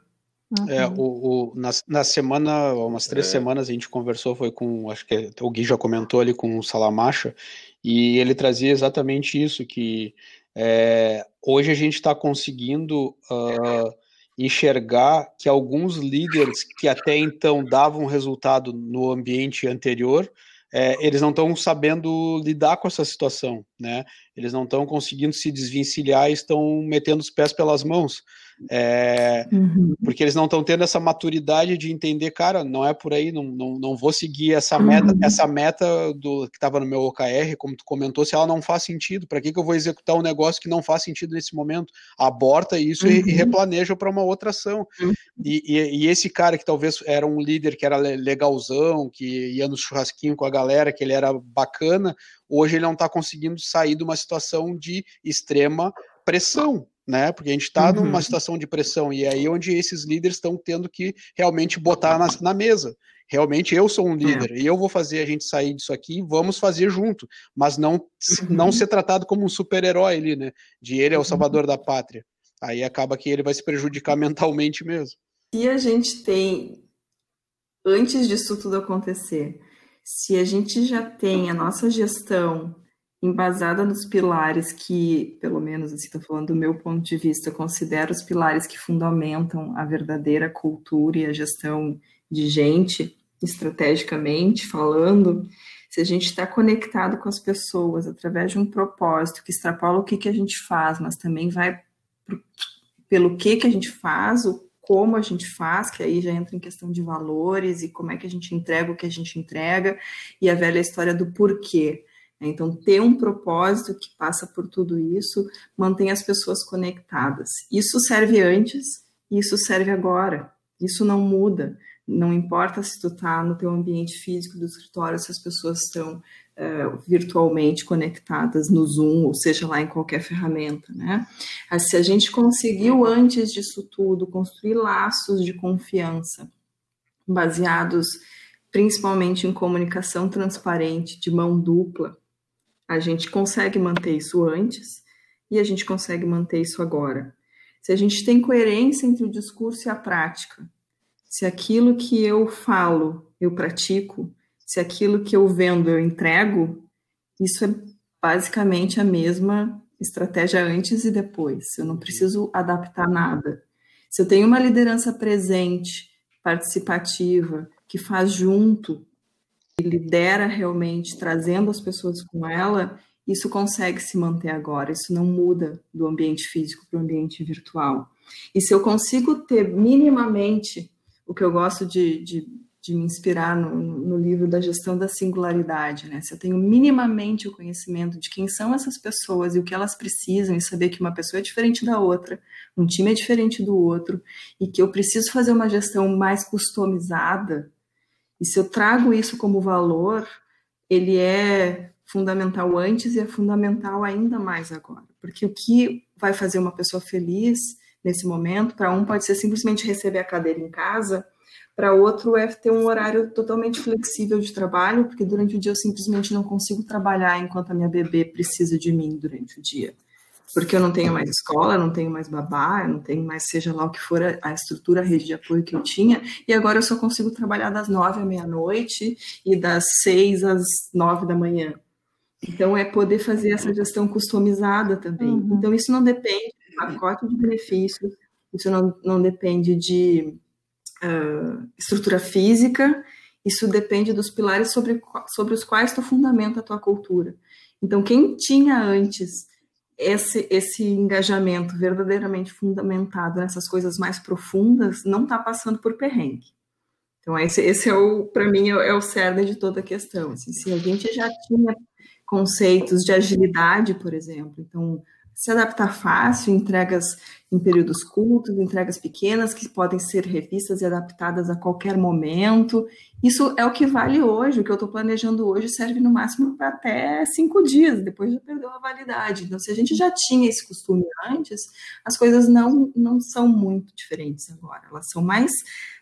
Na semana, umas 3 semanas a gente conversou, foi com, acho que o Gui já comentou ali com o Salamacha, e ele trazia exatamente isso, que hoje a gente está conseguindo enxergar que alguns líderes que até então davam resultado no ambiente anterior, eles não estão sabendo lidar com essa situação, né? Eles não estão conseguindo se desvencilhar e estão metendo os pés pelas mãos. Porque eles não estão tendo essa maturidade de entender, cara, não é por aí, não vou seguir essa meta que estava no meu OKR, como tu comentou, se ela não faz sentido, para que eu vou executar um negócio que não faz sentido nesse momento? Aborta isso e replaneja para uma outra ação. E esse cara que talvez era um líder que era legalzão, que ia no churrasquinho com a galera, que ele era bacana, hoje ele não está conseguindo sair de uma situação de extrema pressão, né? Porque a gente está numa situação de pressão, e é aí onde esses líderes estão tendo que realmente botar na mesa. Realmente eu sou um líder, e eu vou fazer a gente sair disso aqui, vamos fazer junto, mas não ser tratado como um super-herói ali, né? De ele é o salvador da pátria. Aí acaba que ele vai se prejudicar mentalmente mesmo. E a gente tem, antes disso tudo acontecer, se a gente já tem a nossa gestão embasada nos pilares que, pelo menos, assim, estou falando do meu ponto de vista, considero os pilares que fundamentam a verdadeira cultura e a gestão de gente, estrategicamente falando, se a gente está conectado com as pessoas através de um propósito que extrapola o que a gente faz, mas também vai pelo que a gente faz, o como a gente faz, que aí já entra em questão de valores e como é que a gente entrega o que a gente entrega, e a velha história do porquê. Então, ter um propósito que passa por tudo isso, mantém as pessoas conectadas. Isso serve antes, isso serve agora. Isso não muda. Não importa se tu está no teu ambiente físico do escritório, se as pessoas estão virtualmente conectadas no Zoom, ou seja lá em qualquer ferramenta, né? Se a gente conseguiu, antes disso tudo, construir laços de confiança, baseados principalmente em comunicação transparente, de mão dupla, a gente consegue manter isso antes, e a gente consegue manter isso agora. Se a gente tem coerência entre o discurso e a prática, se aquilo que eu falo, eu pratico, se aquilo que eu vendo, eu entrego, isso é basicamente a mesma estratégia antes e depois. Eu não preciso adaptar nada. Se eu tenho uma liderança presente, participativa, que faz junto, que lidera realmente, trazendo as pessoas com ela, isso consegue se manter agora, isso não muda do ambiente físico para o ambiente virtual. E se eu consigo ter minimamente, o que eu gosto de me inspirar no livro da gestão da singularidade, né? Se eu tenho minimamente o conhecimento de quem são essas pessoas e o que elas precisam, e saber que uma pessoa é diferente da outra, um time é diferente do outro, e que eu preciso fazer uma gestão mais customizada, e se eu trago isso como valor, ele é fundamental antes e é fundamental ainda mais agora. Porque o que vai fazer uma pessoa feliz nesse momento, para um pode ser simplesmente receber a cadeira em casa, para outro é ter um horário totalmente flexível de trabalho, porque durante o dia eu simplesmente não consigo trabalhar enquanto a minha bebê precisa de mim durante o dia. Porque eu não tenho mais escola, não tenho mais babá, eu não tenho mais, seja lá o que for, a estrutura, a rede de apoio que eu tinha, e agora eu só consigo trabalhar das 9 à meia-noite e das 6 às 9 da manhã. Então, é poder fazer essa gestão customizada também. Então, isso não depende de pacote de benefícios, isso não depende de estrutura física, isso depende dos pilares sobre os quais tu fundamenta a tua cultura. Então, quem tinha antes esse engajamento verdadeiramente fundamentado nessas coisas mais profundas, não está passando por perrengue. Então, esse é para mim, é o cerne de toda a questão. Assim, se a gente já tinha conceitos de agilidade, por exemplo, então, se adaptar fácil, entregas em períodos curtos, entregas pequenas, que podem ser revistas e adaptadas a qualquer momento. Isso é o que vale hoje. O que eu estou planejando hoje serve no máximo para até 5 dias, depois já perdeu a validade. Então, se a gente já tinha esse costume antes, as coisas não são muito diferentes agora. Elas são mais...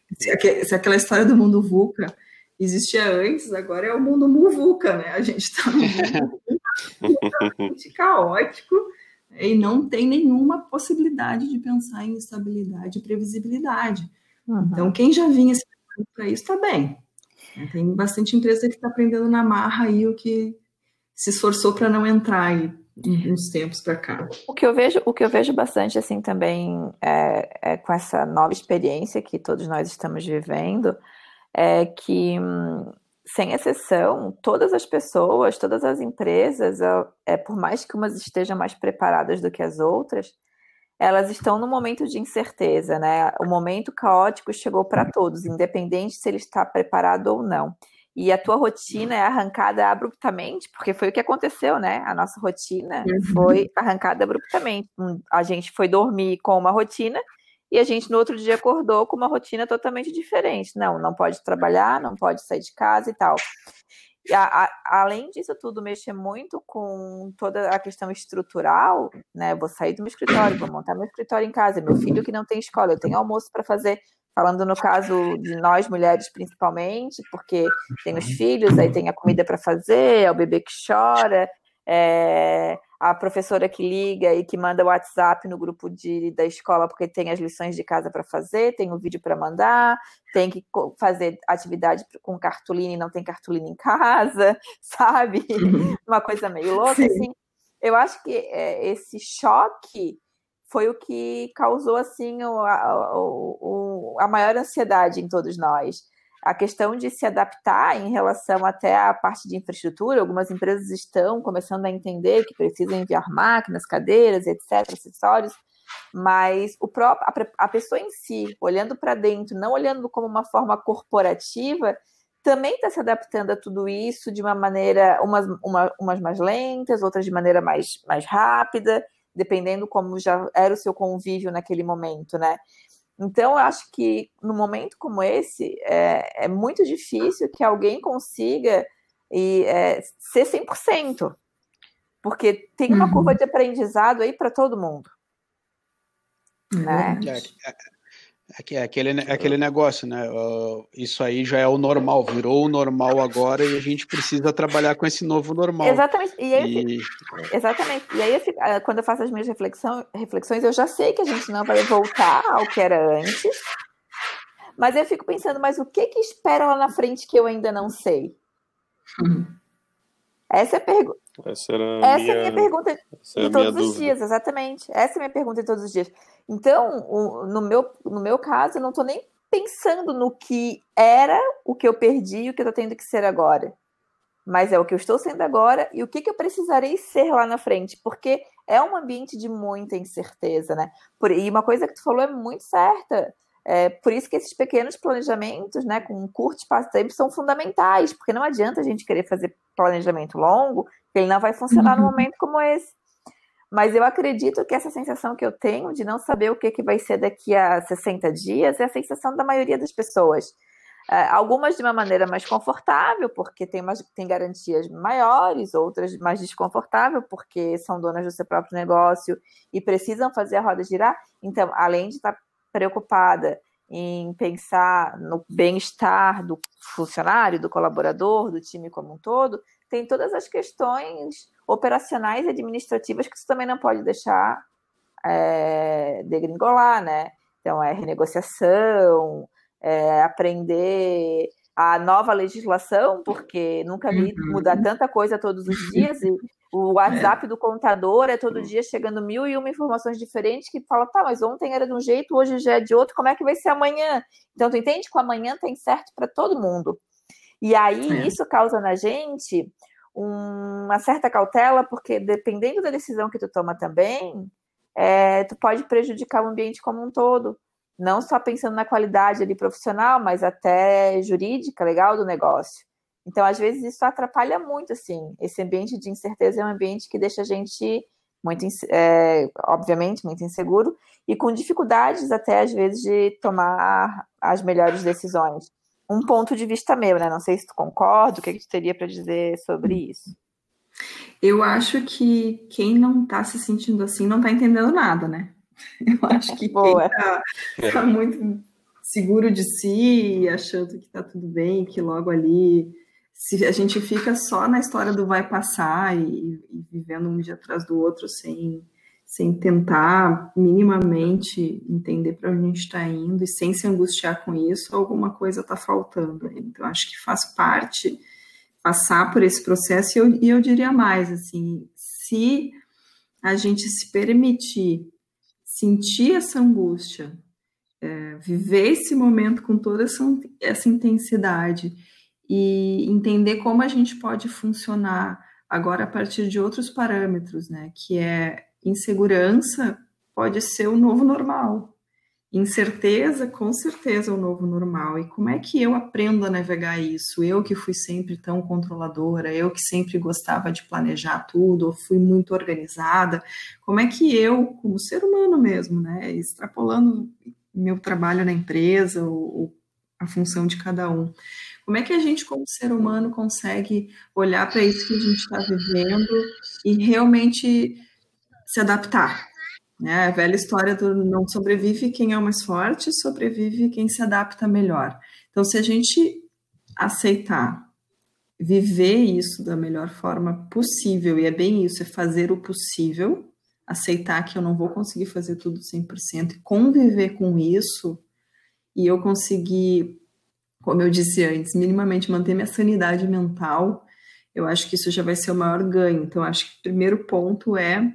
Se aquela história do mundo VUCA existia antes, agora é o mundo MUVUCA, né? A gente está num mundo completamente caótico, e não tem nenhuma possibilidade de pensar em estabilidade e previsibilidade. Então, quem já vinha se preparando para isso, está bem. Tem bastante empresa que está aprendendo na marra aí o que se esforçou para não entrar aí uns tempos para cá. O que eu vejo bastante assim também com essa nova experiência que todos nós estamos vivendo, é que, sem exceção, todas as pessoas, todas as empresas, por mais que umas estejam mais preparadas do que as outras, elas estão num momento de incerteza, né? O momento caótico chegou para todos, independente se ele está preparado ou não. E a tua rotina é arrancada abruptamente, porque foi o que aconteceu, né? A nossa rotina foi arrancada abruptamente. A gente foi dormir com uma rotina e a gente no outro dia acordou com uma rotina totalmente diferente. Não pode trabalhar, não pode sair de casa e tal. E além disso tudo, mexer muito com toda a questão estrutural, né? Vou sair do meu escritório, vou montar meu escritório em casa. Meu filho que não tem escola, eu tenho almoço para fazer. Falando no caso de nós mulheres principalmente, porque tem os filhos, aí tem a comida para fazer, é o bebê que chora, a professora que liga e que manda o WhatsApp no grupo da escola porque tem as lições de casa para fazer, tem o vídeo para mandar, tem que fazer atividade com cartolina e não tem cartolina em casa, sabe? Uma coisa meio louca, assim. Eu acho que esse choque foi o que causou assim a maior ansiedade em todos nós. A questão de se adaptar em relação até à parte de infraestrutura, algumas empresas estão começando a entender que precisam enviar máquinas, cadeiras, etc., acessórios, mas a pessoa em si, olhando para dentro, não olhando como uma forma corporativa, também está se adaptando a tudo isso de uma maneira, umas mais lentas, outras de maneira mais rápida, dependendo como já era o seu convívio naquele momento, né? Então, eu acho que num momento como esse, é muito difícil que alguém consiga ser 100%, porque tem uma curva de aprendizado aí para todo mundo. Né? É aquele negócio, né? Isso aí já é o normal, virou o normal agora e a gente precisa trabalhar com esse novo normal. Exatamente. Exatamente. E aí, quando eu faço as minhas reflexões, eu já sei que a gente não vai voltar ao que era antes, mas eu fico pensando, mas o que espera lá na frente que eu ainda não sei? Essa é a pergunta. Essa é a minha pergunta de todos os dúvida. dias, exatamente. Essa é a minha pergunta de todos os dias. Então, no meu caso, eu não estou nem pensando no que era, o que eu perdi e o que eu estou tendo que ser agora. Mas é o que eu estou sendo agora e o que eu precisarei ser lá na frente. Porque é um ambiente de muita incerteza, né? E uma coisa que tu falou é muito certa. Por isso que esses pequenos planejamentos, né, com um curto espaço de tempo, são fundamentais. Porque não adianta a gente querer fazer planejamento longo, que ele não vai funcionar num momento como esse. Mas eu acredito que essa sensação que eu tenho de não saber o que vai ser daqui a 60 dias é a sensação da maioria das pessoas. Algumas de uma maneira mais confortável, porque tem garantias maiores, outras mais desconfortável, porque são donas do seu próprio negócio e precisam fazer a roda girar. Então, além de estar preocupada em pensar no bem-estar do funcionário, do colaborador, do time como um todo, tem todas as questões operacionais e administrativas que você também não pode deixar degringolar, né? Então, renegociação, aprender a nova legislação, porque nunca vi mudar tanta coisa todos os dias, e o WhatsApp do contador todo dia chegando 1001 informações diferentes, que fala, tá, mas ontem era de um jeito, hoje já é de outro, como é que vai ser amanhã? Então, tu entende que o amanhã tem certo para todo mundo. E aí, isso causa na gente uma certa cautela, porque dependendo da decisão que tu toma também, tu pode prejudicar o ambiente como um todo. Não só pensando na qualidade ali profissional, mas até jurídica, legal do negócio. Então, às vezes, isso atrapalha muito, assim. Esse ambiente de incerteza é um ambiente que deixa a gente, obviamente, muito inseguro e com dificuldades até, às vezes, de tomar as melhores decisões. Um ponto de vista meu, né? Não sei se tu concorda, o que tu teria para dizer sobre isso? Eu acho que quem não está se sentindo assim não está entendendo nada, né? Eu acho que quem tá muito seguro de si, achando que tá tudo bem, que logo ali, se a gente fica só na história do vai passar e vivendo um dia atrás do outro sem tentar minimamente entender para onde a gente está indo e sem se angustiar com isso, alguma coisa está faltando. Então, acho que faz parte passar por esse processo e eu diria mais, assim, se a gente se permitir sentir essa angústia, viver esse momento com toda essa intensidade e entender como a gente pode funcionar agora a partir de outros parâmetros, né? Que insegurança pode ser o novo normal. Incerteza, com certeza, é o novo normal. E como é que eu aprendo a navegar isso? Eu que fui sempre tão controladora, eu que sempre gostava de planejar tudo, ou fui muito organizada, como é que eu, como ser humano mesmo, né, extrapolando meu trabalho na empresa, ou a função de cada um, como é que a gente, como ser humano, consegue olhar para isso que a gente está vivendo e realmente se adaptar? A velha história do não sobrevive quem é o mais forte, sobrevive quem se adapta melhor. Então, se a gente aceitar viver isso da melhor forma possível, e é bem isso, é fazer o possível, aceitar que eu não vou conseguir fazer tudo 100% e conviver com isso, e eu conseguir, como eu disse antes, minimamente manter minha sanidade mental, eu acho que isso já vai ser o maior ganho. Então, acho que o primeiro ponto é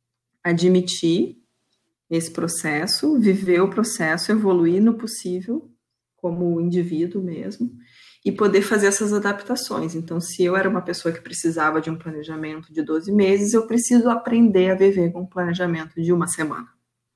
admitir esse processo, viver o processo, evoluir no possível, como indivíduo mesmo, e poder fazer essas adaptações. Então, se eu era uma pessoa que precisava de um planejamento de 12 meses, eu preciso aprender a viver com um planejamento de uma semana.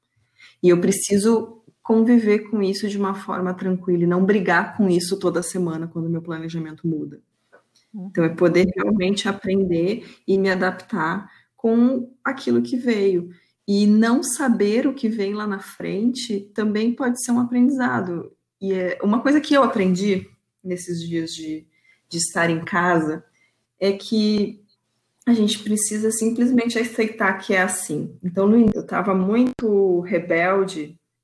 E eu preciso conviver com isso de uma forma tranquila e não brigar com isso toda semana quando o meu planejamento muda. Então, é poder realmente aprender e me adaptar com aquilo que veio. E não saber o que vem lá na frente também pode ser um aprendizado. E uma coisa que eu aprendi nesses dias de estar em casa é que a gente precisa simplesmente aceitar que é assim. Então, eu estava muito rebelde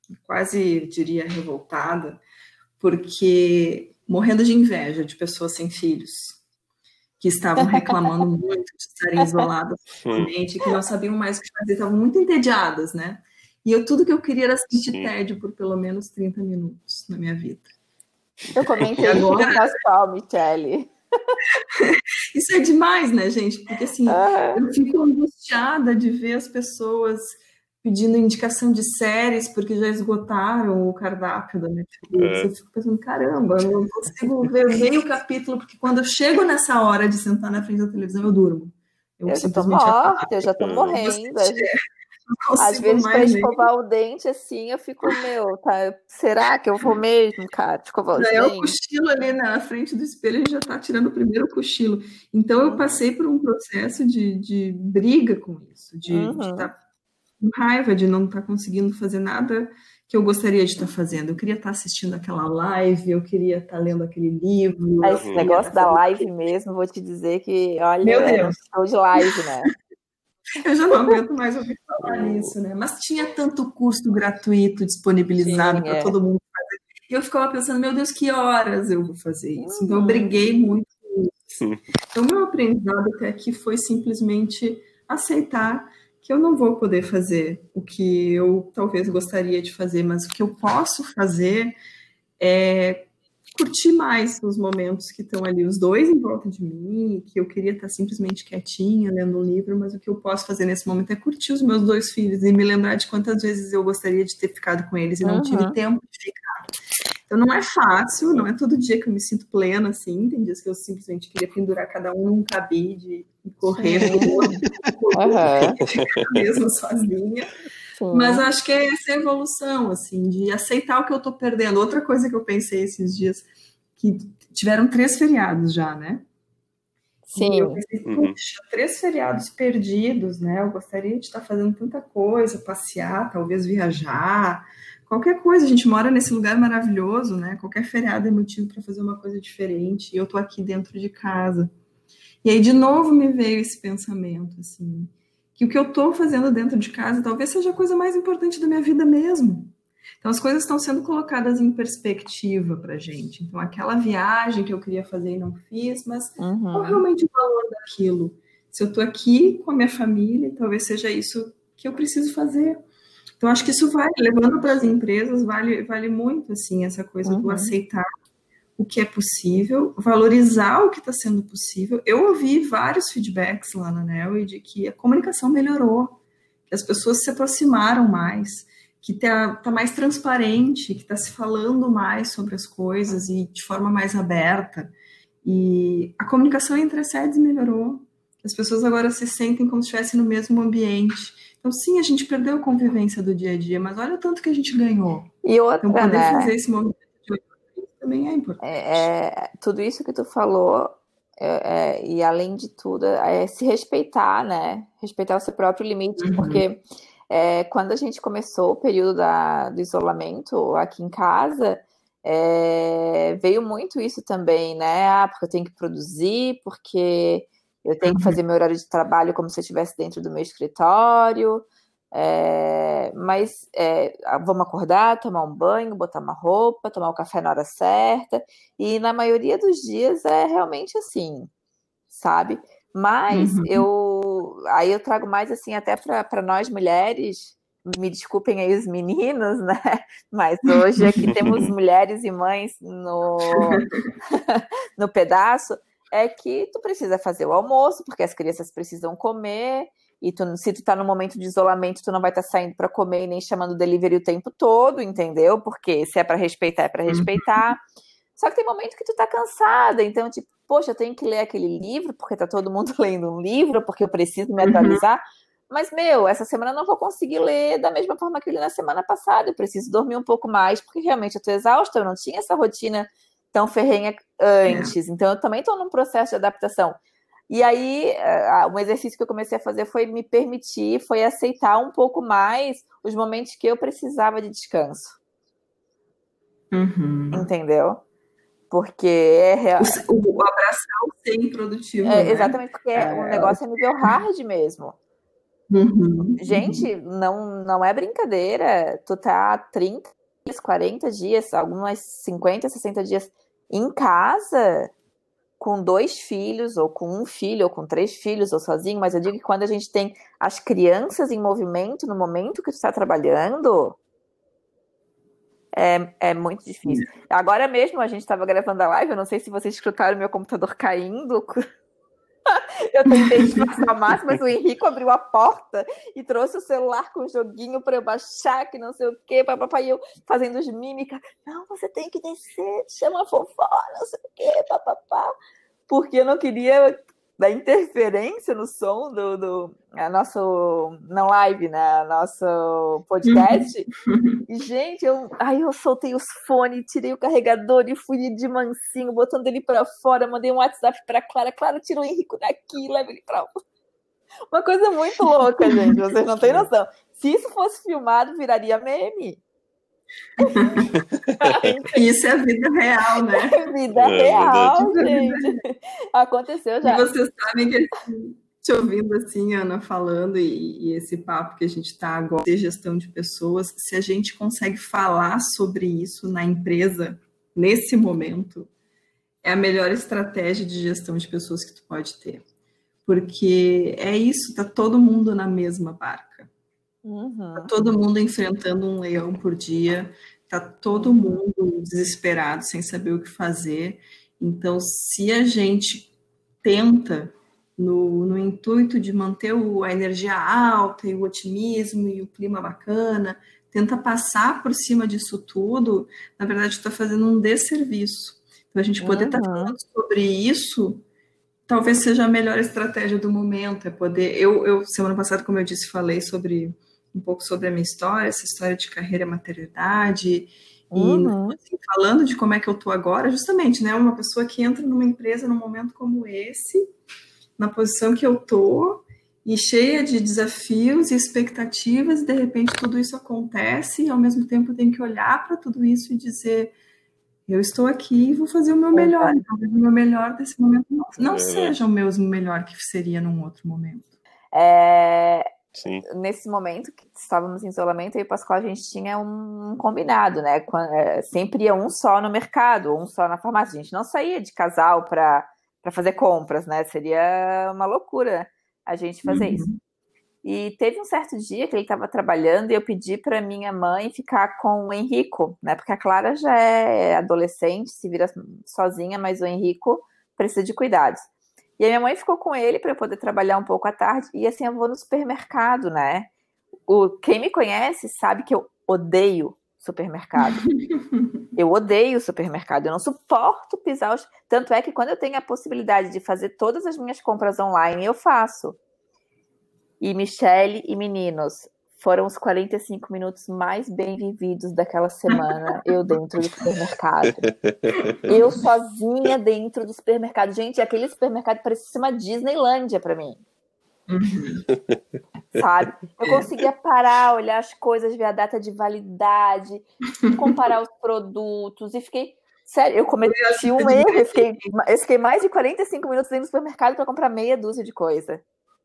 quase diria revoltada, porque morrendo de inveja de pessoas sem filhos, que estavam reclamando muito de estarem isoladas socialmente, que não sabiam mais o que fazer, estavam muito entediadas, né? E tudo que eu queria era sentir tédio por pelo menos 30 minutos na minha vida. Eu comentei isso no Pascal, Michele. Isso é demais, né, gente? Porque assim, eu fico angustiada de ver as pessoas pedindo indicação de séries porque já esgotaram o cardápio da Netflix. Eu fico pensando, caramba, eu não consigo ver meio capítulo, porque quando eu chego nessa hora de sentar na frente da televisão, eu durmo. Eu já tô morta, eu já tô morrendo. Às vezes, para escovar o dente, assim, eu fico, tá, será que eu vou mesmo, cara, escovar os dentes? É o cochilo ali na frente do espelho, a gente já tá tirando o primeiro cochilo. Então, eu passei por um processo de briga com isso, de estar com raiva de não estar conseguindo fazer nada que eu gostaria de estar fazendo. Eu queria estar assistindo aquela live, eu queria estar lendo aquele livro. Esse negócio da live mesmo, vou te dizer que, olha, eu não sou de live, né? Eu já não aguento mais ouvir falar nisso, né? Mas tinha tanto curso gratuito disponibilizado para todo mundo fazer. E eu ficava pensando, meu Deus, que horas eu vou fazer isso? Então, eu briguei muito com isso. Então, o meu aprendizado até aqui foi simplesmente aceitar que eu não vou poder fazer o que eu talvez gostaria de fazer, mas o que eu posso fazer é curtir mais os momentos que estão ali, os dois em volta de mim, que eu queria estar simplesmente quietinha, lendo um livro, mas o que eu posso fazer nesse momento é curtir os meus 2 filhos e me lembrar de quantas vezes eu gostaria de ter ficado com eles e não tive tempo de ficar. Então não é fácil, não é todo dia que eu me sinto plena, assim, tem dias que eu simplesmente queria pendurar cada um num cabide e correr mesmo sozinha. Mas acho que é essa evolução, assim, de aceitar o que eu tô perdendo. Outra coisa que eu pensei esses dias, que tiveram 3 feriados já, né? Sim. E eu pensei, puxa, 3 feriados perdidos, né? Eu gostaria de estar fazendo tanta coisa, passear, talvez viajar, qualquer coisa. A gente mora nesse lugar maravilhoso, né? Qualquer feriado é motivo para fazer uma coisa diferente. E eu tô aqui dentro de casa. E aí, de novo, me veio esse pensamento, assim, que o que eu estou fazendo dentro de casa talvez seja a coisa mais importante da minha vida mesmo. Então, as coisas estão sendo colocadas em perspectiva para a gente. Então, aquela viagem que eu queria fazer e não fiz, mas qual realmente o valor daquilo? Se eu estou aqui com a minha família, talvez seja isso que eu preciso fazer. Então, acho que isso vai, levando para as empresas, vale muito, assim, essa coisa do aceitar o que é possível, valorizar o que está sendo possível. Eu ouvi vários feedbacks lá na Neoway de que a comunicação melhorou, que as pessoas se aproximaram mais, que tá mais transparente, que está se falando mais sobre as coisas e de forma mais aberta. E a comunicação entre as sedes melhorou. As pessoas agora se sentem como se estivessem no mesmo ambiente. Então, sim, a gente perdeu a convivência do dia a dia, mas olha o tanto que a gente ganhou. E outra, então, poder fazer esse momento também é importante. Tudo isso que tu falou, e além de tudo, é se respeitar, né? Respeitar o seu próprio limite, porque quando a gente começou o período do isolamento aqui em casa, veio muito isso também, né? Porque eu tenho que produzir, porque eu tenho que fazer meu horário de trabalho como se eu estivesse dentro do meu escritório. Mas vamos acordar, tomar um banho, botar uma roupa, tomar o café na hora certa, e na maioria dos dias é realmente assim, sabe? Mas aí eu trago mais assim até para nós mulheres, me desculpem aí os meninos, né? Mas hoje aqui temos mulheres e mães no pedaço, é que tu precisa fazer o almoço, porque as crianças precisam comer. E se tu tá no momento de isolamento, tu não vai estar saindo para comer e nem chamando delivery o tempo todo, entendeu? Porque se é para respeitar, é para respeitar. Só que tem momento que tu tá cansada, então, tipo, poxa, eu tenho que ler aquele livro, porque tá todo mundo lendo um livro, porque eu preciso me atualizar. Mas, essa semana eu não vou conseguir ler da mesma forma que eu li na semana passada. Eu preciso dormir um pouco mais, porque realmente eu tô exausta, eu não tinha essa rotina tão ferrenha antes. Então, eu também tô num processo de adaptação. E aí, um exercício que eu comecei a fazer foi me permitir, foi aceitar um pouco mais os momentos que eu precisava de descanso. Entendeu? Porque o abraçar o ser improdutivo, né? Exatamente, porque o negócio é nível hard mesmo. Gente, não é brincadeira. Tu tá 30 dias, 40 dias, algumas 50, 60 dias em casa, com 2 filhos, ou com 1 filho, ou com 3 filhos, ou sozinho, mas eu digo que quando a gente tem as crianças em movimento no momento que tu está trabalhando, é muito difícil. Agora mesmo a gente estava gravando a live, eu não sei se vocês escutaram meu computador caindo. Eu tentei disfarçar ao máximo, mas o Henrico abriu a porta e trouxe o celular com o joguinho para eu baixar, que não sei o quê, papai, eu fazendo os mímicas. Não, você tem que descer, chama a vovó, não sei o quê, papapá. Porque eu não queria dar interferência no som do nosso, na live, né, nosso podcast. E, gente, eu soltei os fones, tirei o carregador e fui de mansinho, botando ele pra fora, mandei um WhatsApp pra Clara, tira o Henrico daqui, leva ele pra... Uma coisa muito louca, gente, vocês não têm noção. Se isso fosse filmado, viraria meme. Isso é a vida real, né? Vida real, gente. Aconteceu já. E vocês sabem que te ouvindo assim, Ana, falando, e esse papo que a gente está agora de gestão de pessoas, se a gente consegue falar sobre isso na empresa, nesse momento, é a melhor estratégia de gestão de pessoas que tu pode ter. Porque é isso, tá todo mundo na mesma barca. Tá todo mundo enfrentando um leão por dia, tá todo mundo desesperado, sem saber o que fazer. Então, se a gente tenta, no intuito de manter a energia alta e o otimismo e o clima bacana, tenta passar por cima disso tudo, na verdade está fazendo um desserviço. Então, a gente poder estar falando sobre isso, talvez seja a melhor estratégia do momento, é poder... Eu semana passada, como eu disse, falei um pouco sobre a minha história, essa história de carreira e maternidade, e assim, falando de como é que eu tô agora, justamente, né, uma pessoa que entra numa empresa num momento como esse, na posição que eu tô, e cheia de desafios e expectativas, e de repente tudo isso acontece, e ao mesmo tempo eu tenho que olhar para tudo isso e dizer, eu estou aqui e vou fazer o meu melhor, talvez o meu melhor desse momento não seja o mesmo melhor que seria num outro momento. Sim. Nesse momento que estávamos em isolamento, eu e o Pascoal, a gente tinha um combinado, né? Sempre ia um só no mercado, um só na farmácia. A gente não saía de casal para fazer compras, né? Seria uma loucura a gente fazer isso. E teve um certo dia que ele estava trabalhando e eu pedi para minha mãe ficar com o Henrico, né? Porque a Clara já é adolescente, se vira sozinha, mas o Henrico precisa de cuidados. E a minha mãe ficou com ele para eu poder trabalhar um pouco à tarde. E assim, eu vou no supermercado, né? Quem me conhece sabe que eu odeio supermercado. Eu odeio supermercado. Eu não suporto pisar os... Tanto é que quando eu tenho a possibilidade de fazer todas as minhas compras online, eu faço. E Michele e meninos, foram os 45 minutos mais bem vividos daquela semana, eu dentro do supermercado. Eu sozinha dentro do supermercado. Gente, aquele supermercado parecia uma Disneylândia para mim. Sabe? Eu conseguia parar, olhar as coisas, ver a data de validade, comparar os produtos, e fiquei... Sério, eu cometi um erro. Eu fiquei mais de 45 minutos dentro do supermercado para comprar meia dúzia de coisa.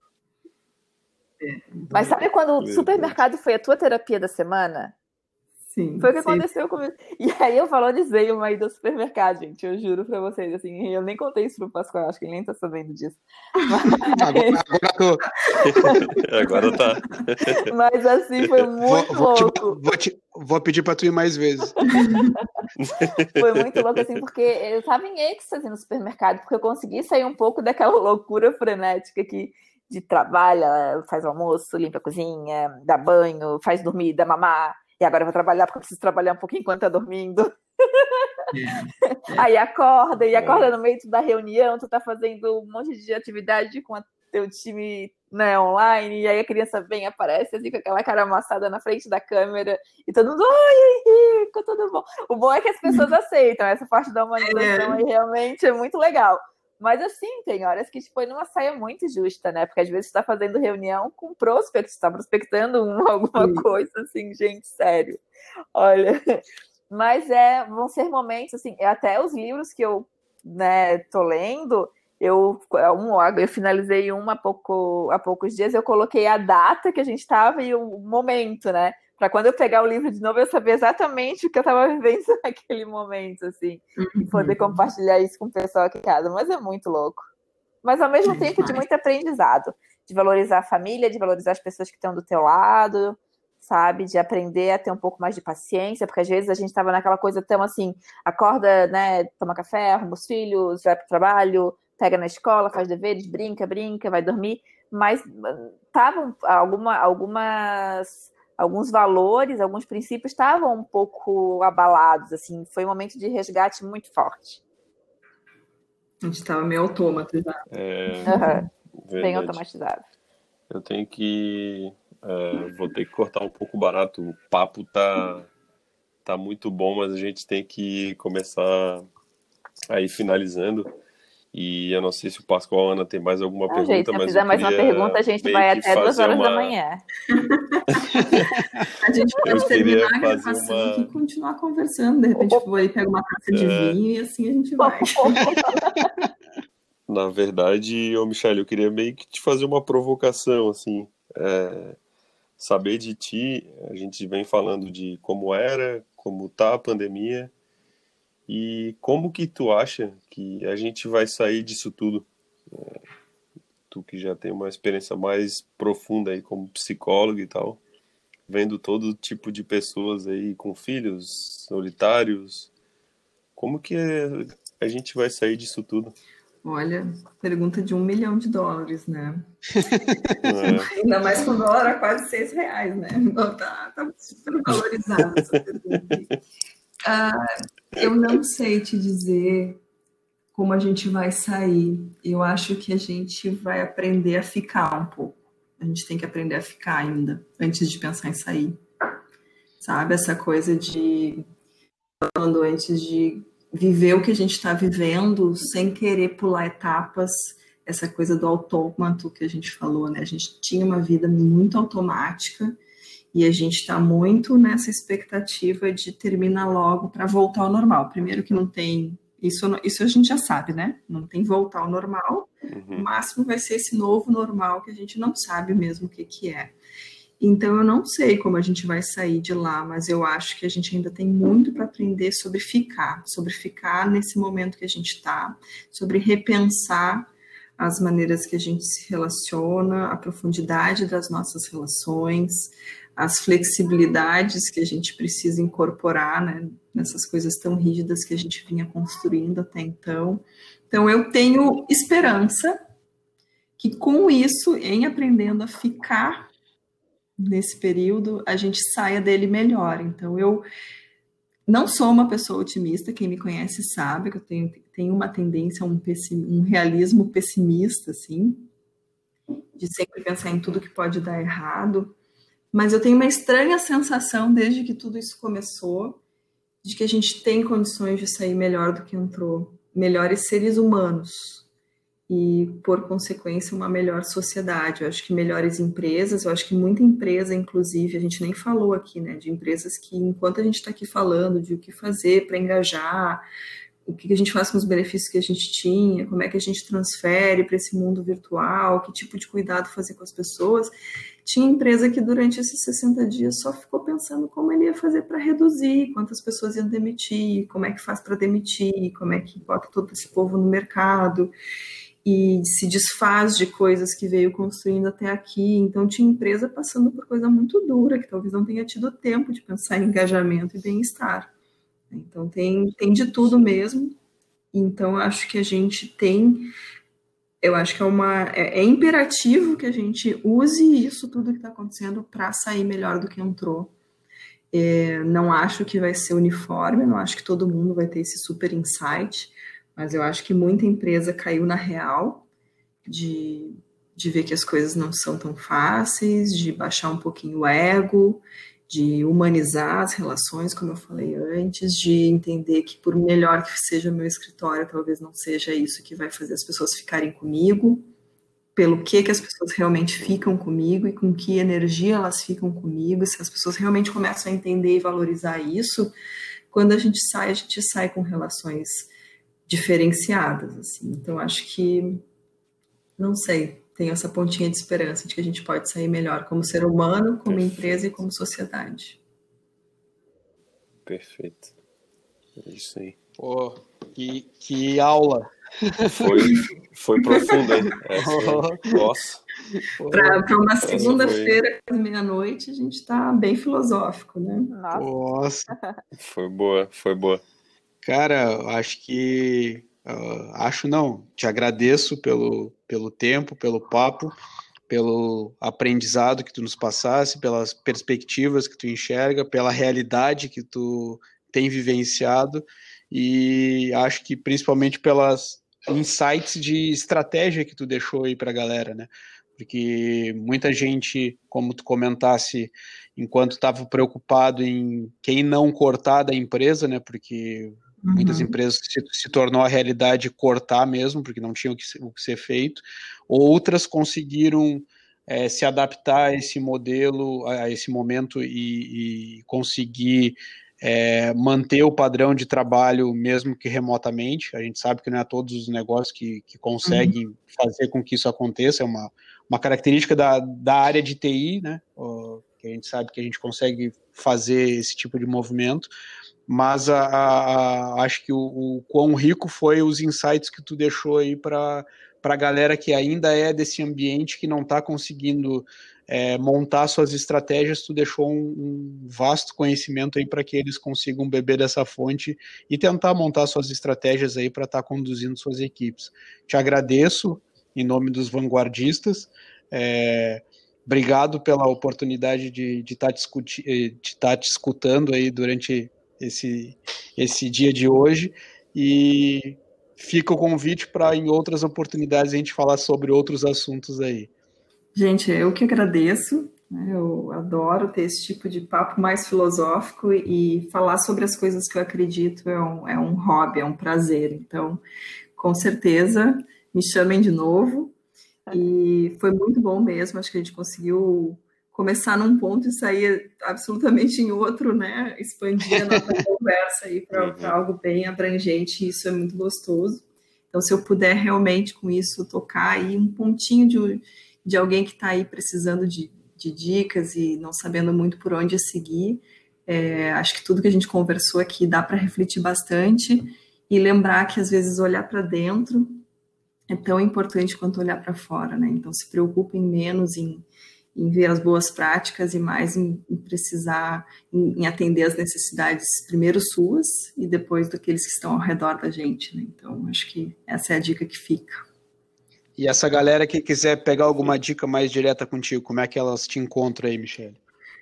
Mas sabe quando o supermercado foi a tua terapia da semana? Sim. Foi o que aconteceu comigo. E aí eu valorizei uma ida ao supermercado, gente. Eu juro pra vocês, assim, eu nem contei isso pro Pascoal, acho que ele nem tá sabendo disso. Agora tá. Mas assim, foi muito louco. Vou pedir pra tu ir mais vezes. Foi muito louco, assim, porque eu tava em êxtase no supermercado, porque eu consegui sair um pouco daquela loucura frenética que de trabalha, faz almoço, limpa a cozinha, dá banho, faz dormir, dá mamar, e agora eu vou trabalhar porque eu preciso trabalhar um pouquinho enquanto tá dormindo. Aí acorda no meio da reunião, tu tá fazendo um monte de atividade com o teu time, né, online, e aí a criança vem, aparece assim com aquela cara amassada na frente da câmera, e todo mundo, oi, Henrico, tudo bom? O bom é que as pessoas aceitam, essa parte da humanização aí realmente é muito legal. Mas assim, tem horas que foi numa saia muito justa, né? Porque às vezes você tá fazendo reunião com prospects, tá prospectando alguma coisa, assim, gente, sério. Olha, mas vão ser momentos, assim, até os livros que eu, né, tô lendo, eu finalizei há poucos dias, eu coloquei a data que a gente estava e o momento, né? Para quando eu pegar o livro de novo, eu saber exatamente o que eu estava vivendo naquele momento, assim, e poder compartilhar isso com o pessoal aqui em casa. Mas é muito louco. Mas ao mesmo tempo de muito aprendizado, de valorizar a família, de valorizar as pessoas que estão do teu lado, sabe? De aprender a ter um pouco mais de paciência, porque às vezes a gente estava naquela coisa tão assim, acorda, né, toma café, arruma os filhos, vai para o trabalho, pega na escola, faz deveres, brinca, vai dormir, mas estavam alguns valores, alguns princípios estavam um pouco abalados, assim, foi um momento de resgate muito forte. A gente estava meio autômato já. Bem automatizado. Eu tenho que... vou ter que cortar um pouco barato. O papo tá muito bom, mas a gente tem que começar a ir finalizando. E eu não sei se o Pascoal ou a Ana tem mais alguma pergunta, gente, se mas fizer mais uma pergunta, a gente vai até 2 horas da manhã. A gente pode terminar a gravação aqui e continuar conversando. De repente, eu vou aí, pego uma taça de vinho e assim a gente vai. Na verdade, Michele, eu queria meio que te fazer uma provocação, assim. Saber de ti, a gente vem falando de como era, como tá a pandemia, e como que tu acha que a gente vai sair disso tudo? Tu que já tem uma experiência mais profunda aí como psicólogo e tal, vendo todo tipo de pessoas aí com filhos, solitários, como que a gente vai sair disso tudo? Olha, pergunta de $1 milhão, né? Ainda mais quando o dólar era quase R$6, né? Então, tá super valorizado essa pergunta. Eu não sei te dizer como a gente vai sair. Eu acho que a gente vai aprender a ficar um pouco. A gente tem que aprender a ficar ainda, antes de pensar em sair. Sabe? Essa coisa de... Falando antes de viver o que a gente está vivendo sem querer pular etapas, essa coisa do autômato que a gente falou, né? A gente tinha uma vida muito automática e a gente está muito nessa expectativa de terminar logo para voltar ao normal. Primeiro que não tem... Isso a gente já sabe, né? Não tem voltar ao normal. O máximo vai ser esse novo normal que a gente não sabe mesmo o que é. Então, eu não sei como a gente vai sair de lá, mas eu acho que a gente ainda tem muito para aprender sobre ficar nesse momento que a gente está, sobre repensar as maneiras que a gente se relaciona, a profundidade das nossas relações, as flexibilidades que a gente precisa incorporar, né, nessas coisas tão rígidas que a gente vinha construindo até então. Então, eu tenho esperança que com isso, em aprendendo a ficar nesse período, a gente saia dele melhor. Então, eu não sou uma pessoa otimista, quem me conhece sabe que eu tenho uma tendência a um realismo pessimista, assim, de sempre pensar em tudo que pode dar errado, mas eu tenho uma estranha sensação, desde que tudo isso começou, de que a gente tem condições de sair melhor do que entrou, melhores seres humanos, e, por consequência, uma melhor sociedade. Eu acho que melhores empresas, eu acho que muita empresa, inclusive, a gente nem falou aqui, né, de empresas que, enquanto a gente está aqui falando de o que fazer para engajar, o que a gente faz com os benefícios que a gente tinha, como é que a gente transfere para esse mundo virtual, que tipo de cuidado fazer com as pessoas, tinha empresa que durante esses 60 dias só ficou pensando como ele ia fazer para reduzir, quantas pessoas iam demitir, como é que faz para demitir, como é que bota todo esse povo no mercado, e se desfaz de coisas que veio construindo até aqui. Então tinha empresa passando por coisa muito dura, que talvez não tenha tido tempo de pensar em engajamento e bem-estar. Então tem de tudo mesmo. Então acho que a gente eu acho que é imperativo que a gente use isso tudo que está acontecendo para sair melhor do que entrou. Não acho que vai ser uniforme, não acho que todo mundo vai ter esse super insight, mas eu acho que muita empresa caiu na real de ver que as coisas não são tão fáceis, de baixar um pouquinho o ego, de humanizar as relações, como eu falei antes, de entender que por melhor que seja o meu escritório, talvez não seja isso que vai fazer as pessoas ficarem comigo, pelo que as pessoas realmente ficam comigo e com que energia elas ficam comigo. Se as pessoas realmente começam a entender e valorizar isso, quando a gente sai com relações diferenciadas, assim. Então, acho que, não sei, tenho essa pontinha de esperança de que a gente pode sair melhor como ser humano, como empresa e como sociedade. Perfeito. É isso aí. Pô, que aula! Foi profundo, hein? Nossa. Para uma segunda-feira, meia-noite, a gente está bem filosófico, né? Nossa. Foi boa. Cara, acho que... te agradeço pelo tempo, pelo papo, pelo aprendizado que tu nos passasse, pelas perspectivas que tu enxerga, pela realidade que tu tem vivenciado, e acho que principalmente pelas insights de estratégia que tu deixou aí para a galera, né? Porque muita gente, como tu comentasse, enquanto estava preocupado em quem não cortar da empresa, né? Porque muitas empresas se tornou a realidade cortar mesmo, porque não tinha o que ser feito. Outras conseguiram se adaptar a esse modelo, a esse momento e conseguir manter o padrão de trabalho mesmo que remotamente. A gente sabe que não é todos os negócios que conseguem fazer com que isso aconteça, é uma característica da área de TI, né? Que a gente sabe que a gente consegue fazer esse tipo de movimento, mas acho que o quão rico foi os insights que tu deixou aí para a galera que ainda é desse ambiente, que não está conseguindo montar suas estratégias. Tu deixou um vasto conhecimento aí para que eles consigam beber dessa fonte e tentar montar suas estratégias aí para estar conduzindo suas equipes. Te agradeço em nome dos vanguardistas. Obrigado pela oportunidade de estar te escutando aí durante esse dia de hoje, e fica o convite para em outras oportunidades a gente falar sobre outros assuntos aí. Gente, eu que agradeço, né? Eu adoro ter esse tipo de papo mais filosófico, e falar sobre as coisas que eu acredito é um hobby, é um prazer. Então, com certeza, me chamem de novo, e foi muito bom mesmo. Acho que a gente conseguiu começar num ponto e sair absolutamente em outro, né? Expandir a nossa conversa aí para algo bem abrangente, e isso é muito gostoso. Então, se eu puder realmente com isso tocar aí um pontinho de alguém que está aí precisando de dicas e não sabendo muito por onde seguir, acho que tudo que a gente conversou aqui dá para refletir bastante e lembrar que às vezes olhar para dentro é tão importante quanto olhar para fora, né? Então, se preocupem menos em ver as boas práticas e mais em precisar, em atender as necessidades primeiro suas e depois daqueles que estão ao redor da gente, né? Então, acho que essa é a dica que fica. E essa galera que quiser pegar alguma dica mais direta contigo, como é que elas te encontram aí, Michele?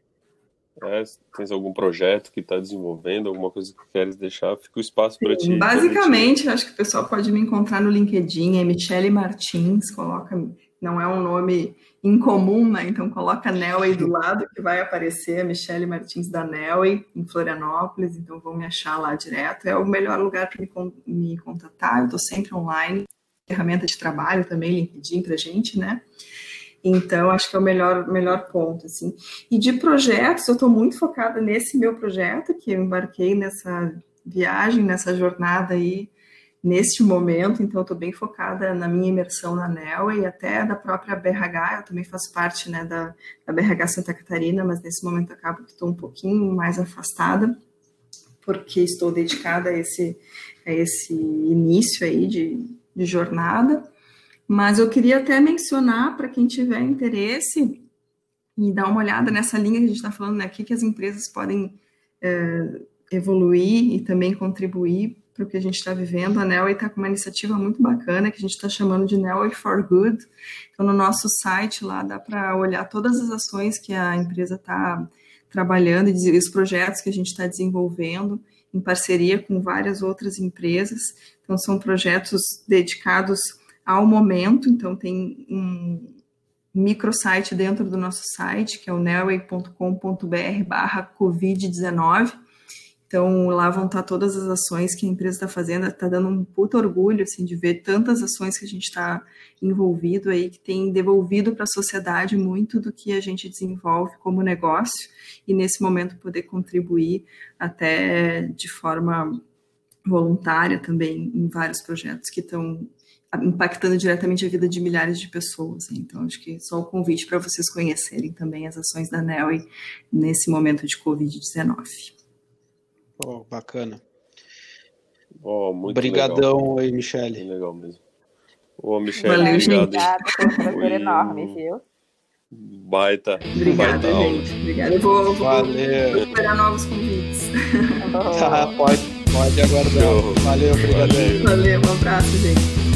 Tens algum projeto que está desenvolvendo, alguma coisa que queres deixar, fica o espaço para ti. Basicamente, acho que o pessoal pode me encontrar no LinkedIn, é Michele Martins, não é um nome incomum, né? Então coloca Nelway do lado que vai aparecer, a Michele Martins da Nelway, em Florianópolis, então vão me achar lá direto. É o melhor lugar para me contatar, eu estou sempre online, ferramenta de trabalho também, LinkedIn pra gente, né? Então, acho que é o melhor ponto, assim. E de projetos, eu estou muito focada nesse meu projeto, que eu embarquei nessa viagem, nessa jornada aí, neste momento. Então, eu estou bem focada na minha imersão na Nelway e até da própria BRH. Eu também faço parte, né, da BRH Santa Catarina, mas nesse momento acabo que estou um pouquinho mais afastada, porque estou dedicada a esse início aí de jornada. Mas eu queria até mencionar, para quem tiver interesse, e dar uma olhada nessa linha que a gente está falando, né, aqui, que as empresas podem evoluir e também contribuir para o que a gente está vivendo. A Nelway está com uma iniciativa muito bacana, que a gente está chamando de Nelway for Good. Então, no nosso site lá, dá para olhar todas as ações que a empresa está trabalhando e os projetos que a gente está desenvolvendo em parceria com várias outras empresas. Então, são projetos dedicados ao momento. Então, tem um microsite dentro do nosso site, que é o nelway.com.br/Covid-19. Então, lá vão estar todas as ações que a empresa está fazendo. Está dando um puto orgulho, assim, de ver tantas ações que a gente está envolvido aí, que tem devolvido para a sociedade muito do que a gente desenvolve como negócio, e nesse momento poder contribuir até de forma voluntária também em vários projetos que estão impactando diretamente a vida de milhares de pessoas. Então, acho que só o convite para vocês conhecerem também as ações da NEWI nesse momento de Covid-19. Oh, bacana. Muito Obrigadão legal. aí, Michele. Bem legal mesmo. Michele, Valeu, Obrigada, foi um prazer enorme, viu? Baita. Obrigada, baita aula. gente. Obrigada. Eu vou Valeu. esperar novos convites. Tá, pode aguardar. Show. Valeu, obrigado. Valeu, um abraço, gente.